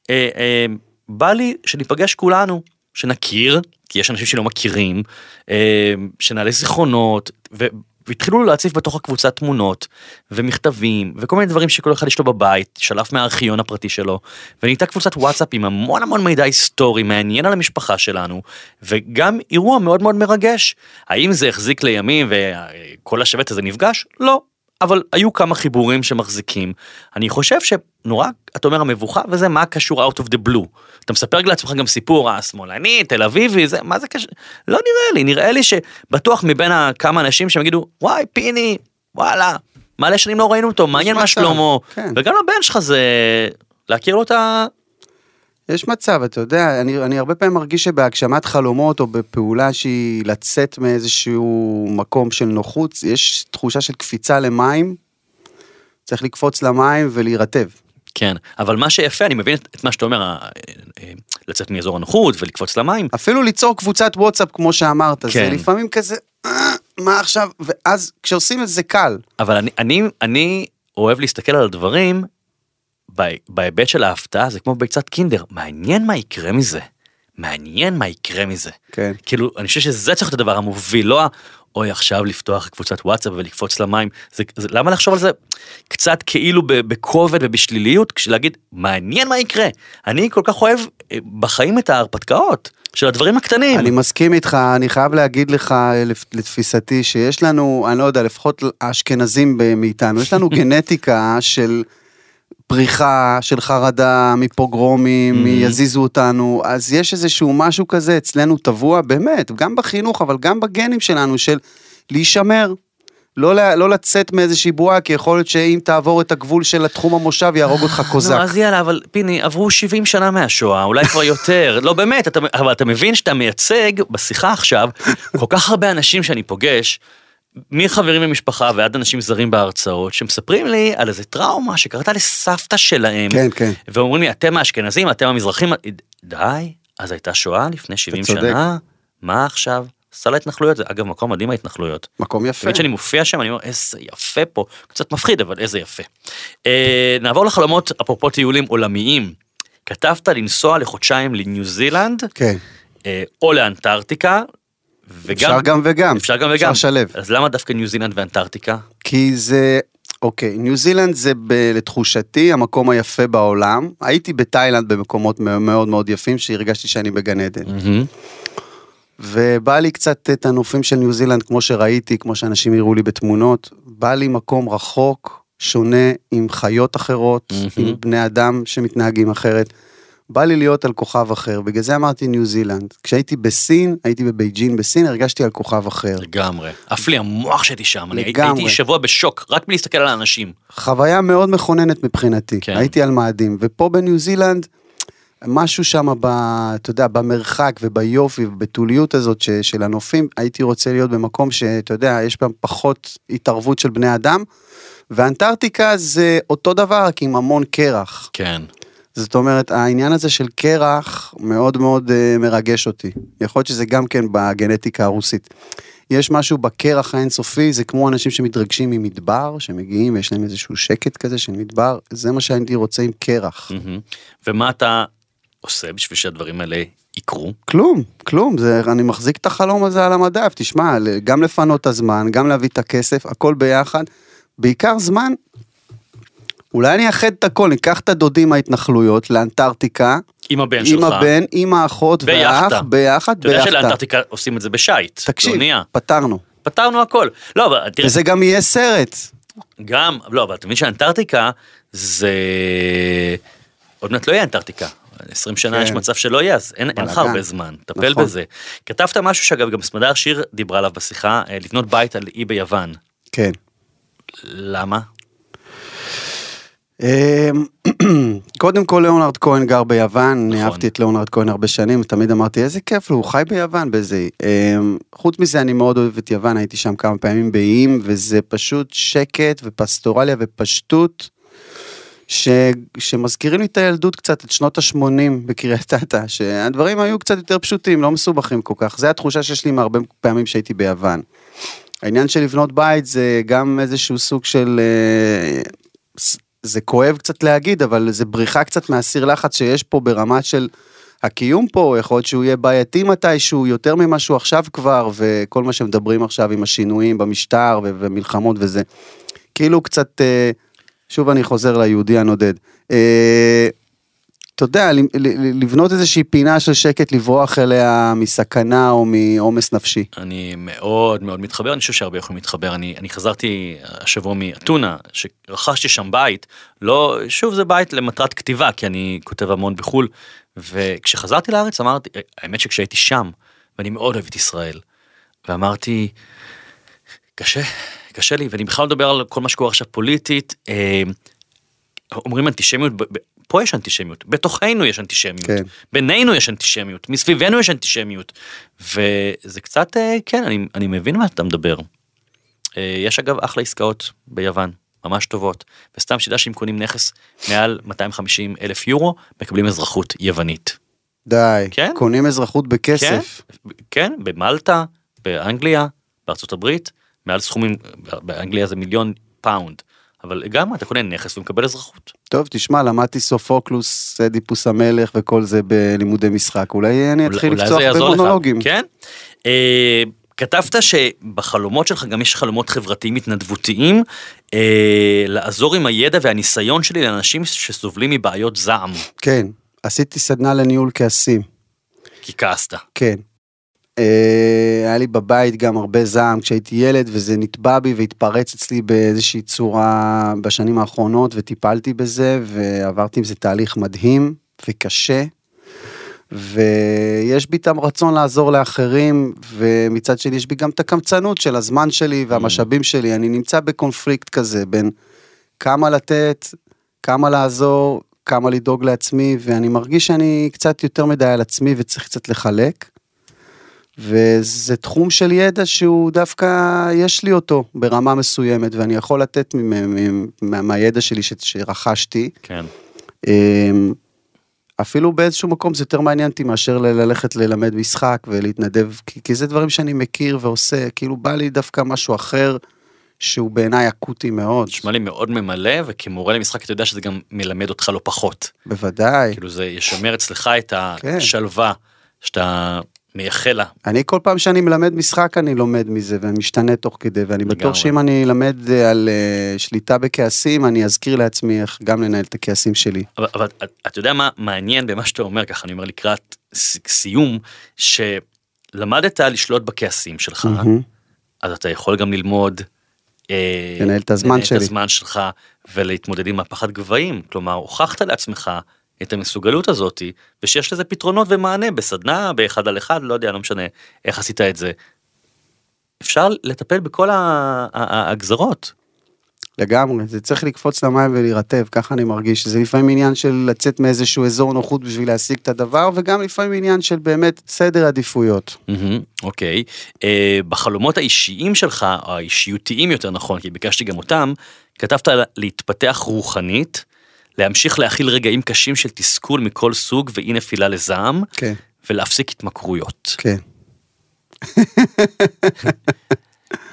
בא לי שניפגש כולנו, שנכיר, כי יש אנשים שלא מכירים, שנעלה זיכרונות, והתחילו להציף בתוך הקבוצת תמונות, ומכתבים, וכל מיני דברים שכל אחד יש לו בבית, שלף מהארכיון הפרטי שלו, ונהייתה קבוצת וואטסאפ עם המון המון מידע היסטורי, מעניין על המשפחה שלנו, וגם אירוע מאוד מאוד מרגש. האם זה החזיק לימים, וכל השבט הזה נפגש? לא. אבל היו כמה חיבורים שמחזיקים. אני חושב שנורא, אתה אומר, המבוכה, וזה מה קשור out of the blue. אתה מספר לעצמך גם סיפור, השמאלני, תל אביבי, זה, מה זה קשור? לא נראה לי שבטוח מבין כמה אנשים שהם יגידו, וואי, פיני, וואלה, מלא שנים לא ראינו אותו, מעניין מה שלמה. כן. וגם לבן שלך זה להכיר לו את ה... יש מצב, אתה יודע, אני הרבה פעמים מרגיש שבהגשמת חלומות או בפעולה שהיא לצאת מאיזשהו מקום של נוחות, יש תחושה של קפיצה למים, צריך לקפוץ למים ולהירטב. כן, אבל מה שיפה, אני מבין את מה שאתה אומר, לצאת מאזור הנוחות ולקפוץ למים. אפילו ליצור קבוצת וואטסאפ כמו שאמרת, כן. זה לפעמים כזה, מה עכשיו, ואז כשעושים את זה קל. אבל אני אוהב להסתכל על הדברים, בהיבט של ההפתעה, זה כמו ביצת קינדר, מעניין מה יקרה מזה. כן. כאילו, אני חושב שזה צריך להיות הדבר המוביל, לא אוי, עכשיו לפתוח קבוצת וואטסאפ ולקפוץ למים, למה לחשוב על זה קצת כאילו בכובד ובשליליות, כשלהגיד, מעניין מה יקרה, אני כל כך אוהב בחיים את ההרפתקאות, של הדברים הקטנים. אני מסכים איתך, אני חייב להגיד לך לתפיסתי, שיש לנו, אני לא יודע, לפחות האשכנזים מאיתנו, יש לנו גנטיקה של פריחה, של חרדה, מפוגרומים, יזיזו אותנו, אז יש איזשהו משהו כזה אצלנו טבוע, באמת, גם בחינוך, אבל גם בגנים שלנו, של להישמר, לא לצאת מאיזושהי בועה, כי יכול להיות שאם תעבור את הגבול של התחום המושב, יהרוג אותך קוזק. אז יאללה, אבל פיני, עברו 70 שנה מהשואה, אולי כבר יותר, לא באמת, אבל אתה מבין שאתה מייצג בשיחה עכשיו, כל כך הרבה אנשים שאני פוגש, מחברים במשפחה ועד אנשים זרים בהרצאות, שמספרים לי על איזה טראומה שקרתה לסבתא שלהם, כן, כן. ואומרים לי, אתם האשכנזים, אתם המזרחים, די, אז הייתה שואה לפני 70 שנה, מה עכשיו? סל ההתנחלויות, זה אגב מקום מדהים ההתנחלויות. מקום יפה. תמיד שאני מופיע שם, אני אומר, איזה יפה פה, קצת מפחיד, אבל איזה יפה. נעבור לחלומות, אפרופו טיולים עולמיים, כתבת לנסוע לחודשיים לניו זילנד, כן. או לאנטארקטיקה, אפשר גם וגם. אפשר לשלב. אז למה דווקא ניו זילנד ואנטארקטיקה? כי זה, אוקיי, ניו זילנד זה לתחושתי המקום היפה בעולם. הייתי בתאילנד במקומות מאוד מאוד יפים, שהרגשתי שאני בגן עדן. ובא לי קצת את הנופים של ניו זילנד, כמו שראיתי, כמו שאנשים יראו לי בתמונות. בא לי מקום רחוק, שונה, עם חיות אחרות, עם בני אדם שמתנהגים אחרת. בא לי להיות על כוכב אחר, בגלל זה אמרתי ניו זילנד. כשהייתי בסין, הייתי בבייג'ין בסין, הרגשתי על כוכב אחר. לגמרי. אף לי המוח שהייתי שם, הייתי שבוע בשוק, רק בלהסתכל על האנשים. חוויה מאוד מכוננת מבחינתי, כן. הייתי על מאדים, ופה בניו זילנד, משהו שם, אתה יודע, במרחק וביופי ובתוליות הזאת של הנופים, הייתי רוצה להיות במקום שאתה יודע, יש פעם פחות התערבות של בני אדם, ואנטארקטיקה זה אותו דבר, כי עם המון קרח. כן. זאת אומרת, העניין הזה של קרח מאוד מאוד מרגש אותי. יכול להיות שזה גם כן בגנטיקה הרוסית. יש משהו בקרח האינסופי, זה כמו אנשים שמתרגשים ממדבר, שמגיעים ויש להם איזשהו שקט כזה של מדבר, זה מה שהייתי רוצה עם קרח. ומה אתה עושה בשביל שהדברים האלה יקרו? כלום, אני מחזיק את החלום הזה על המדף, תשמע, גם לפנות את הזמן, גם להביא את הכסף, הכל ביחד, בעיקר זמן, אולי אני אאחד את הכל, ניקח את הדודים מההתנחלויות לאנטארקטיקה, עם הבן שלך. עם הבן, עם האחות והאח, ביחד. אתה יודע שלאנטארקטיקה עושים את זה בשייט. תקשיב, פתרנו הכל. לא, אבל תראה. וזה גם יהיה סרט. גם, לא, אבל אתה מבין שאנטארקטיקה זה... עוד מעט לא יהיה אנטארקטיקה. 20 שנה יש מצב שלא יהיה, אז אין לך הרבה זמן, טפל בזה. כתבת משהו שאגב, גם סמדר שיר דיברה עליו בשיחה, לבנות בית על אי ביוון. כן. למה? קודם כל ליאונרד כהן גר ביוון, אני אהבתי את ליאונרד כהן הרבה שנים, תמיד אמרתי איזה כיף לו, הוא חי ביוון באיזה, חוץ מזה אני מאוד אוהב את יוון, הייתי שם כמה פעמים באיים, וזה פשוט שקט ופסטורליה ופשטות, שמזכירים לי את הילדות קצת, את שנות ה-80 בקריית אתא, שהדברים היו קצת יותר פשוטים, לא מסובכים כל כך, זה התחושה שיש לי מהרבה פעמים שהייתי ביוון. העניין של לבנות בית זה גם איזשהו סוג של... זה כואב קצת להגיד, אבל זה בריחה קצת מהסיר לחץ שיש פה ברמה של הקיום פה, יכול להיות שהוא יהיה בעייתי מתישהו, יותר ממה שהוא עכשיו כבר, וכל מה שמדברים עכשיו עם השינויים במשטר ומלחמות וזה. כאילו קצת, שוב אני חוזר ליהודי הנודד. אתה יודע, לבנות איזושהי פינה של שקט, לברוח אליה מסכנה או מעומס נפשי. אני מאוד מאוד מתחבר, אני חושב שהרבה יכולים להתחבר, אני חזרתי השבוע מאתונה, שרכשתי שם בית, לא, שוב זה בית למטרת כתיבה, כי אני כותב המון בחול, וכשחזרתי לארץ אמרתי, האמת שכשהייתי שם, ואני מאוד אוהב את ישראל, ואמרתי, קשה לי, ואני בכלל מדבר על כל מה שקורה עכשיו פוליטית, אומרים אנטישמיות, פה יש אנטישמיות, בתוכנו יש אנטישמיות, כן. בינינו יש אנטישמיות, מסביבנו יש אנטישמיות, וזה קצת, כן, אני מבין מה אתה מדבר. יש אגב אחלה עסקאות ביוון, ממש טובות, וסתם שידע שאם קונים נכס מעל 250,000 יורו, מקבלים אזרחות יוונית. די, כן? קונים אזרחות בכסף. כן, במלטה, באנגליה, בארצות הברית, מעל סכומים, באנגליה זה £1,000,000, אבל גם אתה קונה נכס ומקבל אזרחות. טוב, תשמע, למדתי סופוקלוס, אדיפוס המלך וכל זה בלימודי משחק. אולי אני אתחיל לפצוח במונולוגים. כן? כתבת שבחלומות שלך גם יש חלומות חברתיים התנדבותיים, לעזור עם הידע והניסיון שלי לאנשים שסובלים מבעיות זעם. כן, עשיתי סדנה לניהול כעסים. כי כעסת. כן. היה לי בבית גם הרבה זעם כשהייתי ילד, וזה נטבע בי והתפרץ אצלי באיזושהי צורה בשנים האחרונות, וטיפלתי בזה, ועברתי עם זה תהליך מדהים וקשה, ויש בי גם רצון לעזור לאחרים, ומצד שני יש בי גם את הקמצנות של הזמן שלי והמשאבים שלי, אני נמצא בקונפליקט כזה, בין כמה לתת, כמה לעזור, כמה לדאוג לעצמי, ואני מרגיש שאני קצת יותר מדי על עצמי, וצריך קצת לחלק, וזה תחום של ידע שהוא דווקא יש לי אותו ברמה מסוימת, ואני יכול לתת מהידע שלי שרכשתי. כן. אפילו באיזשהו מקום זה יותר מעניין אותי מאשר ללכת ללמד משחק ולהתנדב, כי זה דברים שאני מכיר ועושה, כאילו בא לי דווקא משהו אחר, שהוא בעיניי אקוטי מאוד. נשמע לי מאוד ממלא, וכמורה למשחק אתה יודע שזה גם מלמד אותך לא פחות. בוודאי. כאילו זה ישמר אצלך את השלווה, שאתה מייחל לה. אני כל פעם שאני מלמד משחק, אני לומד מזה, ואני משתנה תוך כדי, ואני בטוח שאם אני אלמד על שליטה בכעסים, אני אזכיר לעצמי איך גם לנהל את הכעסים שלי. אבל אתה יודע מה מעניין במה שאתה אומר, ככה אני אומר לקראת סיום, שלמדת לשלוט בכעסים שלך, אז אתה יכול גם ללמוד, לנהל את הזמן שלך, ולהתמודד עם הפחד גבוהים, כלומר, הוכחת לעצמך, את המסוגלות הזאת, ושיש לזה פתרונות ומענה בסדנה, באחד על אחד, לא יודע, לא משנה איך עשית את זה. אפשר לטפל בכל הגזרות. לגמרי, זה צריך לקפוץ למים ולהירטב, ככה אני מרגיש, שזה לפעמים עניין של לצאת מאיזשהו אזור נוחות בשביל להשיג את הדבר, וגם לפעמים עניין של באמת סדר עדיפויות. אוקיי, בחלומות האישיים שלך, או האישיותיים יותר נכון, כי ביקשתי גם אותם, כתבת להתפתח רוחנית, להמשיך להכיל רגעים קשים של תסכול מכל סוג, ואי נפילה לזעם, ולהפסיק התמכרויות. כן.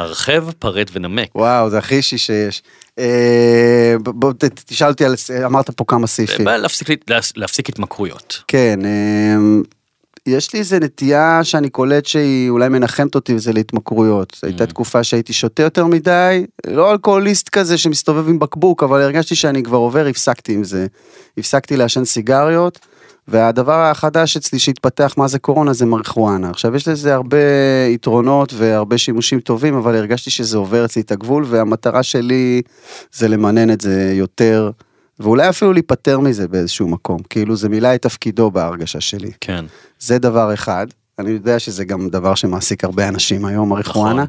הרחב, פרט ונמק. וואו, זה הכי אישי שיש. בוא, תשאל אותי, אמרת פה כמה סעיפים. להפסיק התמכרויות. כן, יש לי איזה נטייה שאני קולט שהיא אולי מנחמת אותי, וזה להתמכרויות. הייתה תקופה שהייתי שותה יותר מדי, לא אלכוהוליסט כזה שמסתובב עם בקבוק, אבל הרגשתי שאני כבר עובר, הפסקתי עם זה. הפסקתי לעשן סיגריות, והדבר החדש אצלי שהתפתח מה זה קורונה זה מריחואנה. עכשיו יש לזה הרבה יתרונות והרבה שימושים טובים, אבל הרגשתי שזה עובר אצלי את הגבול, והמטרה שלי זה למנן את זה יותר, ואולי אפילו להיפטר מזה באיזשהו מקום, כאילו זה מילא את תפקידו בהרגשה שלי. כן. זה דבר אחד, אני יודע שזה גם דבר שמעסיק הרבה אנשים היום, מריחואנה.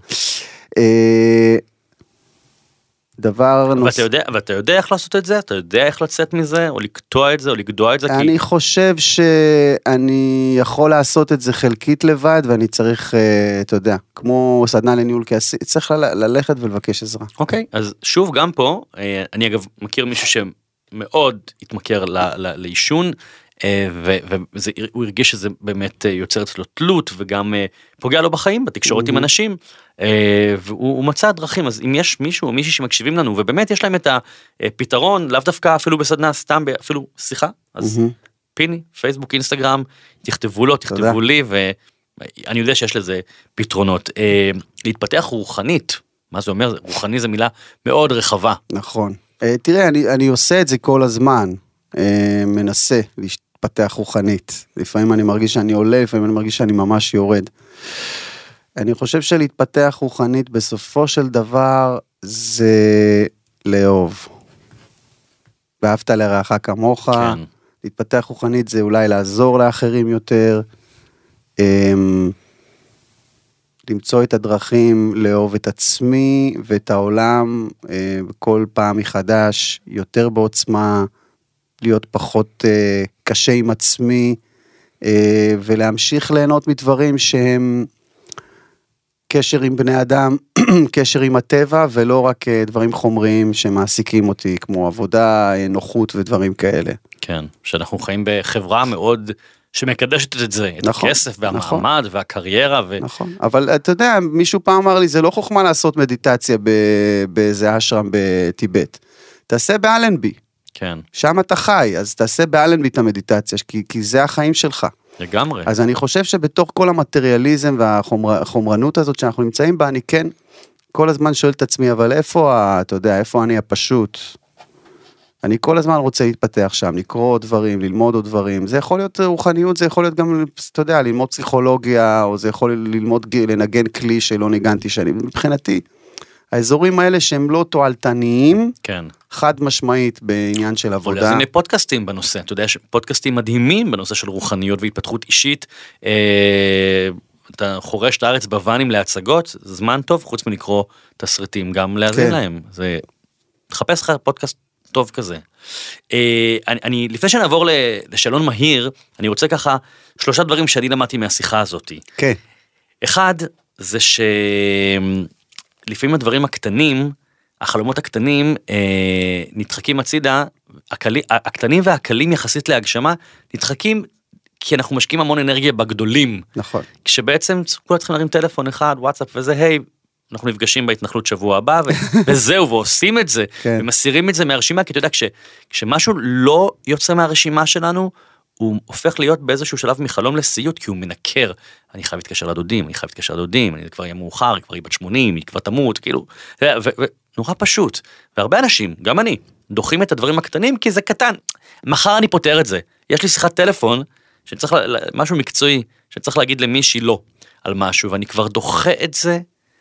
דבר נוסף. ואתה יודע איך לעשות את זה? אתה יודע איך לצאת מזה? או לקטוע את זה? או לגדוע את זה? אני חושב שאני יכול לעשות את זה חלקית לבד, ואני צריך, אתה יודע, כמו סדנה לניהול כעסי, צריך ללכת ולבקש עזרה. אוקיי, אז שוב גם פה, אני אגב מכיר מישהו שמאוד התמכר לעישון, והוא הרגיש שזה באמת יוצר אצלו תלות, וגם פוגע לו בחיים, בתקשורת עם אנשים, והוא מצא דרכים. אז אם יש מישהו או מישהי שמקשיבים לנו, ובאמת יש להם את הפתרון, לאו דווקא אפילו בסדנה, סתם אפילו שיחה, אז פיני, פייסבוק, אינסטגרם, תכתבו לו, תכתבו לי, ואני יודע שיש לזה פתרונות. להתפתח רוחנית, מה זה אומר? רוחני זה מילה מאוד רחבה. נכון. תראה, אני עושה את זה כל הזמן, מנסה להתפתח רוחנית. לפעמים אני מרגיש שאני עולה, לפעמים אני מרגיש שאני ממש יורד. אני חושב שלהתפתח רוחנית בסופו של דבר זה לאהוב. ואהבת לרעך כמוך. כן. להתפתח רוחנית זה אולי לעזור לאחרים יותר. למצוא את הדרכים, לאהוב את עצמי ואת העולם, כל פעם מחדש, יותר בעוצמה, להיות פחות קשה עם עצמי, ולהמשיך ליהנות מדברים שהם קשר עם בני אדם, קשר עם הטבע, ולא רק דברים חומריים שמעסיקים אותי, כמו עבודה, נוחות ודברים כאלה. כן, שאנחנו חיים בחברה מאוד שמקדשת את זה, את נכון, הכסף והמעמד והקריירה. נכון, אבל אתה יודע, מישהו פעם אמר לי, זה לא חוכמה לעשות מדיטציה באיזה אשרם בטיבט. תעשה באלנבי. כן. שם אתה חי, אז תעשה באלנבי את המדיטציה, כי זה החיים שלך. לגמרי. אז אני חושב שבתוך כל המטריאליזם והחומרנות הזאת שאנחנו נמצאים בה, אני כן כל הזמן שואל את עצמי, אבל איפה, אתה יודע, איפה אני הפשוט? אני כל הזמן רוצה להתפתח שם, לקרוא עוד דברים, ללמוד עוד דברים. זה יכול להיות רוחניות, זה יכול להיות גם, אתה יודע, ללמוד פסיכולוגיה, או זה יכול ללמוד, לנגן כלי שלא ניגנתי שנים. מבחינתי, האזורים האלה שהם לא תועלתניים, כן. חד משמעית בעניין של עבודה. אז הנה פודקאסטים בנושא, אתה יודע, פודקאסטים מדהימים בנושא של רוחניות והתפתחות אישית, אתה חורש את הארץ בוואנים להצגות, זמן טוב, חוץ מלקרוא תסריטים, גם להזין להם. זה, תחפש לך פודקאסט טוב כזה. אני, לפני שנעבור לשאלון מהיר, אני רוצה ככה, 3 דברים שאני למדתי מהשיחה הזאת. כן. אחד, זה שלפעמים הדברים הקטנים, החלומות הקטנים, נדחקים הצידה, הקטנים והקלים יחסית להגשמה, נדחקים כי אנחנו משקיעים המון אנרגיה בגדולים. נכון. כשבעצם כולם צריכים להרים טלפון אחד, וואטסאפ וזה, היי, אנחנו נפגשים בהתנחלות שבוע הבא, וזהו, ועושים את זה, ומסירים את זה מהרשימה, כי אתה יודע, כשמשהו לא יוצא מהרשימה שלנו, הוא הופך להיות באיזשהו שלב מחלום לסיוט, כי הוא מנקר, אני חייב להתקשר לדודים, אני כבר יהיה מאוחר, כבר יהיה בת 80, היא כבר תמות, כאילו, ונורא פשוט, והרבה אנשים, גם אני, דוחים את הדברים הקטנים, כי זה קטן, מחר אני פותר את זה, יש לי שיחת טלפון, שצריך, משהו מקצועי, שצריך להגיד למישהי לא, על משהו, ואני כבר דוחה את זה,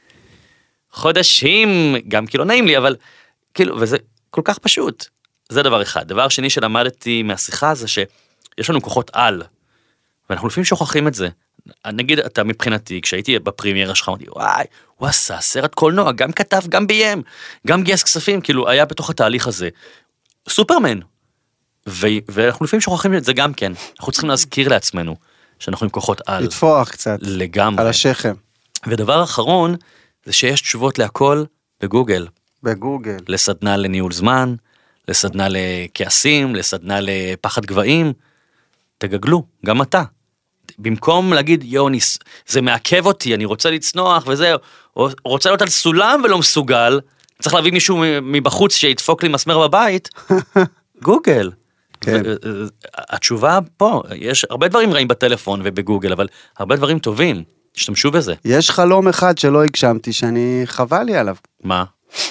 חודשים, גם כי לא נעים לי, אבל כאילו, וזה כל כך פשוט. זה דבר אחד. דבר שני שלמדתי מהשיחה זה שיש לנו כוחות על, ואנחנו לפעמים שוכחים את זה. נגיד, אתה מבחינתי, כשהייתי בפרימיירה שלך, אמרתי, וואי, הוא עשה סרט קולנוע, גם כתב, גם ביים, גם גייס כספים, כאילו, היה בתוך התהליך הזה. סופרמן. ואנחנו לפעמים שוכחים את זה גם כן. אנחנו צריכים להזכיר לעצמנו, שאנחנו עם כוחות על. לתפוח קצת. לגמרי. על השכם. ודבר אחרון, זה שיש תשובות להכל בגוגל. בגוגל. לסדנה לניהול זמן, לסדנה לכעסים, לסדנה לפחד גבהים. תגגלו, גם אתה. במקום להגיד, יוניס, זה מעכב אותי, אני רוצה לצנוח וזה, או רוצה להיות על סולם ולא מסוגל, צריך להביא מישהו מבחוץ שידפוק לי מסמר בבית, גוגל. כן. התשובה פה, יש הרבה דברים רעים בטלפון ובגוגל, אבל הרבה דברים טובים, תשתמשו בזה. יש חלום אחד שלא הגשמתי, שאני חבל לי עליו. מה?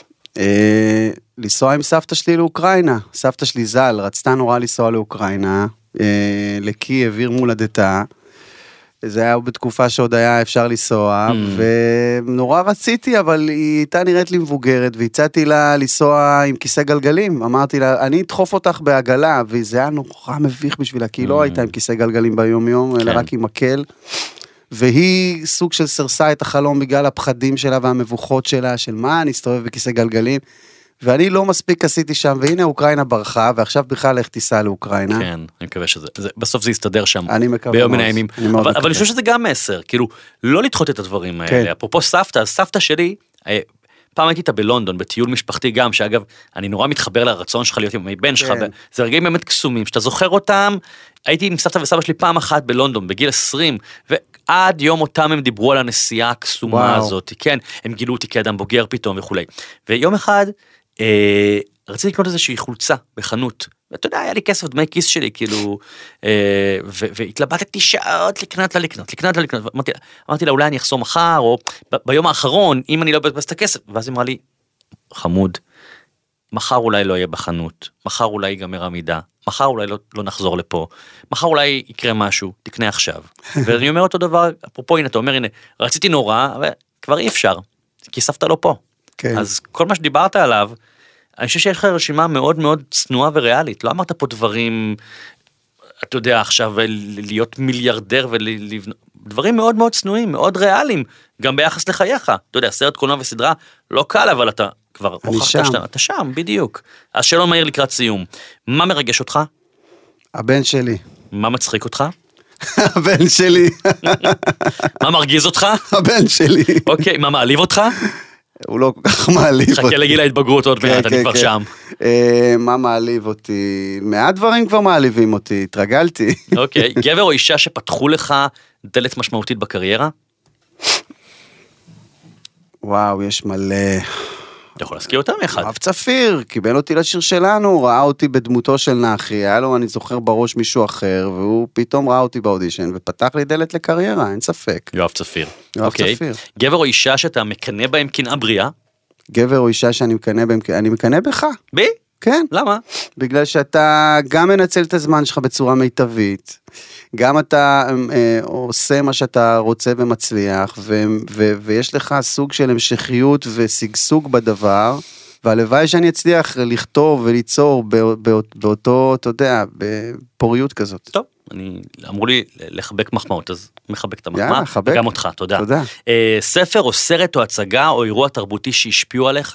לנסוע עם סבתא שלי לאוקראינה. סבתא שלי ז"ל, רצתה נורא לנסוע לאוקראינה, לקייב, עיר מולדתה. זה היה בתקופה שעוד היה אפשר לנסוע, ונורא רציתי, אבל היא הייתה נראית לי מבוגרת, והצעתי לה לנסוע עם כיסא גלגלים. אמרתי לה, אני אדחוף אותך בעגלה, וזה היה נורא מביך בשבילה, כי היא לא הייתה עם כיסא גלגלים ביום יום, אלא רק עם מקל. והיא סוג של סרסה את החלום בגלל הפחדים שלה והמבוכות שלה, של מה אני אסתובב בכיסא גלגלים, ואני לא מספיק עשיתי שם, והנה אוקראינה ברחה, ועכשיו בכלל איך תיסע לאוקראינה. כן, אני מקווה שזה, בסוף זה יסתדר שם, אני מקווה ביום מן הימים. אבל אני חושב שזה גם מסר, כאילו, לא לדחות את הדברים האלה. אפרופו סבתא, סבתא שלי, פעם הייתי איתה בלונדון, בטיול משפחתי גם, שאגב, אני נורא מתחבר לרצון שלך להיות עם בן שלך, זה רגעים באמת קסומים, שאתה זוכר אותם, הייתי עם סבתא וסבא שלי פעם אחת בלונדון, בגיל 20, ועד יום אותם הם דיברו על הנסיעה הקסומה הזאת, כן, הם גילו אותי כאדם בוגר פתאום וכולי. ויום אחד, רציתי לקנות איזושהי חולצה בחנות, ואתה יודע, היה לי כסף דמי כיס שלי, כאילו, והתלבטתי שעות לקנות לה, אמרתי לה, אולי אני אחסום מחר, או ביום האחרון, אם אני לא בזבז את הכסף, ואז היא אמרה לי, חמוד, מחר אולי לא יהיה בחנות, מחר אולי ייגמר המידה, מחר אולי לא נחזור לפה, מחר אולי יקרה משהו, תקנה עכשיו. ואני אומר אותו דבר, אפרופו, הנה, אתה אומר, הנה, רציתי נורא, אבל כבר אי אפשר, כי סבתא לא פה. אז כל מה שדיברת עליו, אני חושב שיש לך רשימה מאוד מאוד צנועה וריאלית, לא אמרת פה דברים, אתה יודע, עכשיו להיות מיליארדר דברים מאוד מאוד צנועים, מאוד ריאליים, גם ביחס לחייך, אתה יודע, סרט קולנוע וסדרה, לא קל, אבל אתה כבר הוכחת שאתה שם, בדיוק. אז שאלון מהיר לקראת סיום, מה מרגש אותך? הבן שלי. מה מצחיק אותך? הבן שלי. מה מרגיז אותך? הבן שלי. אוקיי, מה מעליב אותך? הוא לא כל כך מעליב אותי. חכה לגיל ההתבגרות עוד מעט, אני כבר שם. מה מעליב אותי? מעט דברים כבר מעליבים אותי, התרגלתי. אוקיי, גבר או אישה שפתחו לך דלת משמעותית בקריירה? וואו, יש מלא. אתה יכול להזכיר אותם אחד. רב צפיר, קיבל אותי לשיר שלנו, ראה אותי בדמותו של נחי, היה לו, אני זוכר בראש מישהו אחר, והוא פתאום ראה אותי באודישן, ופתח לי דלת לקריירה, אין ספק. יואב צפיר. יואב צפיר. גבר או אישה שאתה מקנה בהם קנאה בריאה? גבר או אישה שאני מקנה בהם, אני מקנה בך. בי? כן. למה? בגלל שאתה גם מנצל את הזמן שלך בצורה מיטבית, גם אתה עושה מה שאתה רוצה ומצליח, ויש לך סוג של המשכיות וסגסוג בדבר, והלוואי שאני אצליח לכתוב וליצור באותו, אתה יודע, בפוריות כזאת. טוב, אמרו לי לחבק מחמאות, אז מחבק את המחמאה, וגם אותך, תודה. תודה. ספר או סרט או הצגה או אירוע תרבותי שהשפיעו עליך?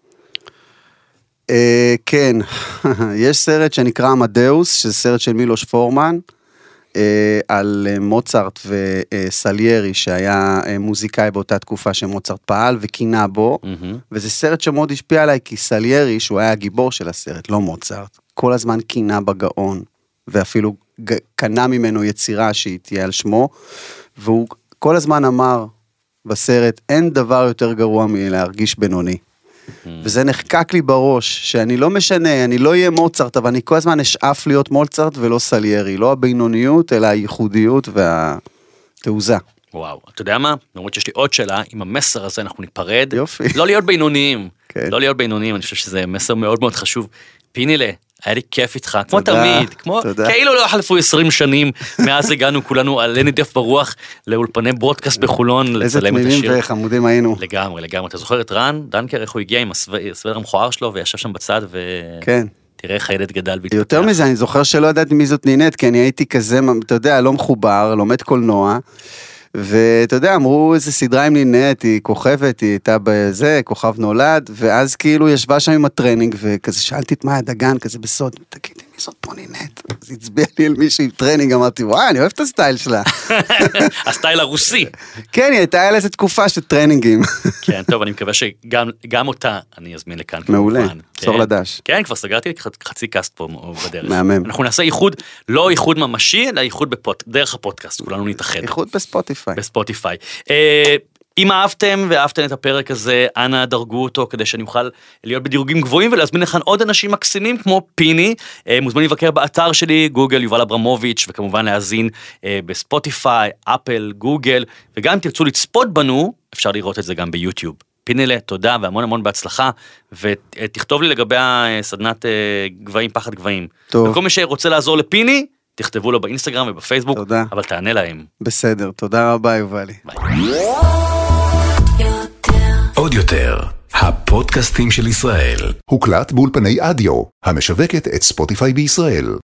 כן, יש סרט שנקרא אמדאוס, שזה סרט של מילוש פורמן, על מוצרט וסליירי, שהיה מוזיקאי באותה תקופה שמוצרט פעל וקינה בו, וזה סרט שמאוד השפיע עליי, כי סליירי, שהוא היה הגיבור של הסרט, לא מוצרט, כל הזמן קינה בגאון, ואפילו קנה ממנו יצירה שהיא תהיה על שמו, והוא כל הזמן אמר בסרט, אין דבר יותר גרוע מלהרגיש בינוני. וזה נחקק לי בראש, שאני לא משנה, אני לא אהיה מוצרט, אבל אני כל הזמן אשאף להיות מוצרט ולא סליירי, לא הבינוניות, אלא הייחודיות והתעוזה. וואו, אתה יודע מה? למרות שיש לי עוד שאלה, עם המסר הזה אנחנו ניפרד. יופי. לא להיות בינוניים. לא להיות בינוניים, אני חושב שזה מסר מאוד מאוד חשוב. פינילה, היה לי כיף איתך, כמו תמיד, כאילו לא חלפו 20 שנים, מאז הגענו כולנו על נדף ברוח, לאולפני ברודקאסט בחולון, לצלם את השיר. איזה תמימים וחמודים היינו. לגמרי, לגמרי. אתה זוכר את רן, דנקר, איך הוא הגיע עם הסוודר המכוער שלו, וישב שם בצד, ותראה איך הילד גדל והתפתח. יותר מזה, אני זוכר שלא ידעתי מי זאת נינט, כי אני הייתי כזה, אתה יודע, לא מחובר, לומד קולנוע, ואתה יודע, אמרו איזה סדרה עם נינט, היא כוכבת, היא הייתה בזה, כוכב נולד, ואז כאילו ישבה שם עם הטרנינג, וכזה שאלתי את מה הדגן, כזה בסוד, תגידי, זאת פונינט. אז הצביע לי על מישהו עם טרנינג, אמרתי, וואי, אני אוהב את הסטייל שלה. הסטייל הרוסי. כן, היא הייתה על איזו תקופה של טרנינגים. כן, טוב, אני מקווה שגם אותה אני אזמין לכאן. מעולה, צור לדש. כן, כבר סגרתי חצי קאסט פה בדרך. מהמם. אנחנו נעשה איחוד, לא איחוד ממשי, אלא איחוד דרך הפודקאסט, כולנו נתאחד. איחוד בספוטיפיי. בספוטיפיי. אם אהבתם ואהבתם את הפרק הזה, אנא דרגו אותו כדי שאני אוכל להיות בדירוגים גבוהים ולהזמין לכאן עוד אנשים מקסימים כמו פיני. מוזמן לבקר באתר שלי, גוגל, יובל אברמוביץ', וכמובן להאזין בספוטיפיי, אפל, גוגל, וגם אם תרצו לצפות בנו, אפשר לראות את זה גם ביוטיוב. פינלה, תודה והמון המון בהצלחה, ותכתוב לי לגבי הסדנת גבהים, פחד גבהים. טוב. וכל מי שרוצה לעזור לפיני, תכתבו לו באינסטגרם ובפייסבוק, תודה. אבל תענה להם. בסדר, תודה רבה יובלי. ביי. עוד יותר, הפודקאסטים של ישראל. הוקלט באולפני אדיו, המשווקת את ספוטיפיי בישראל.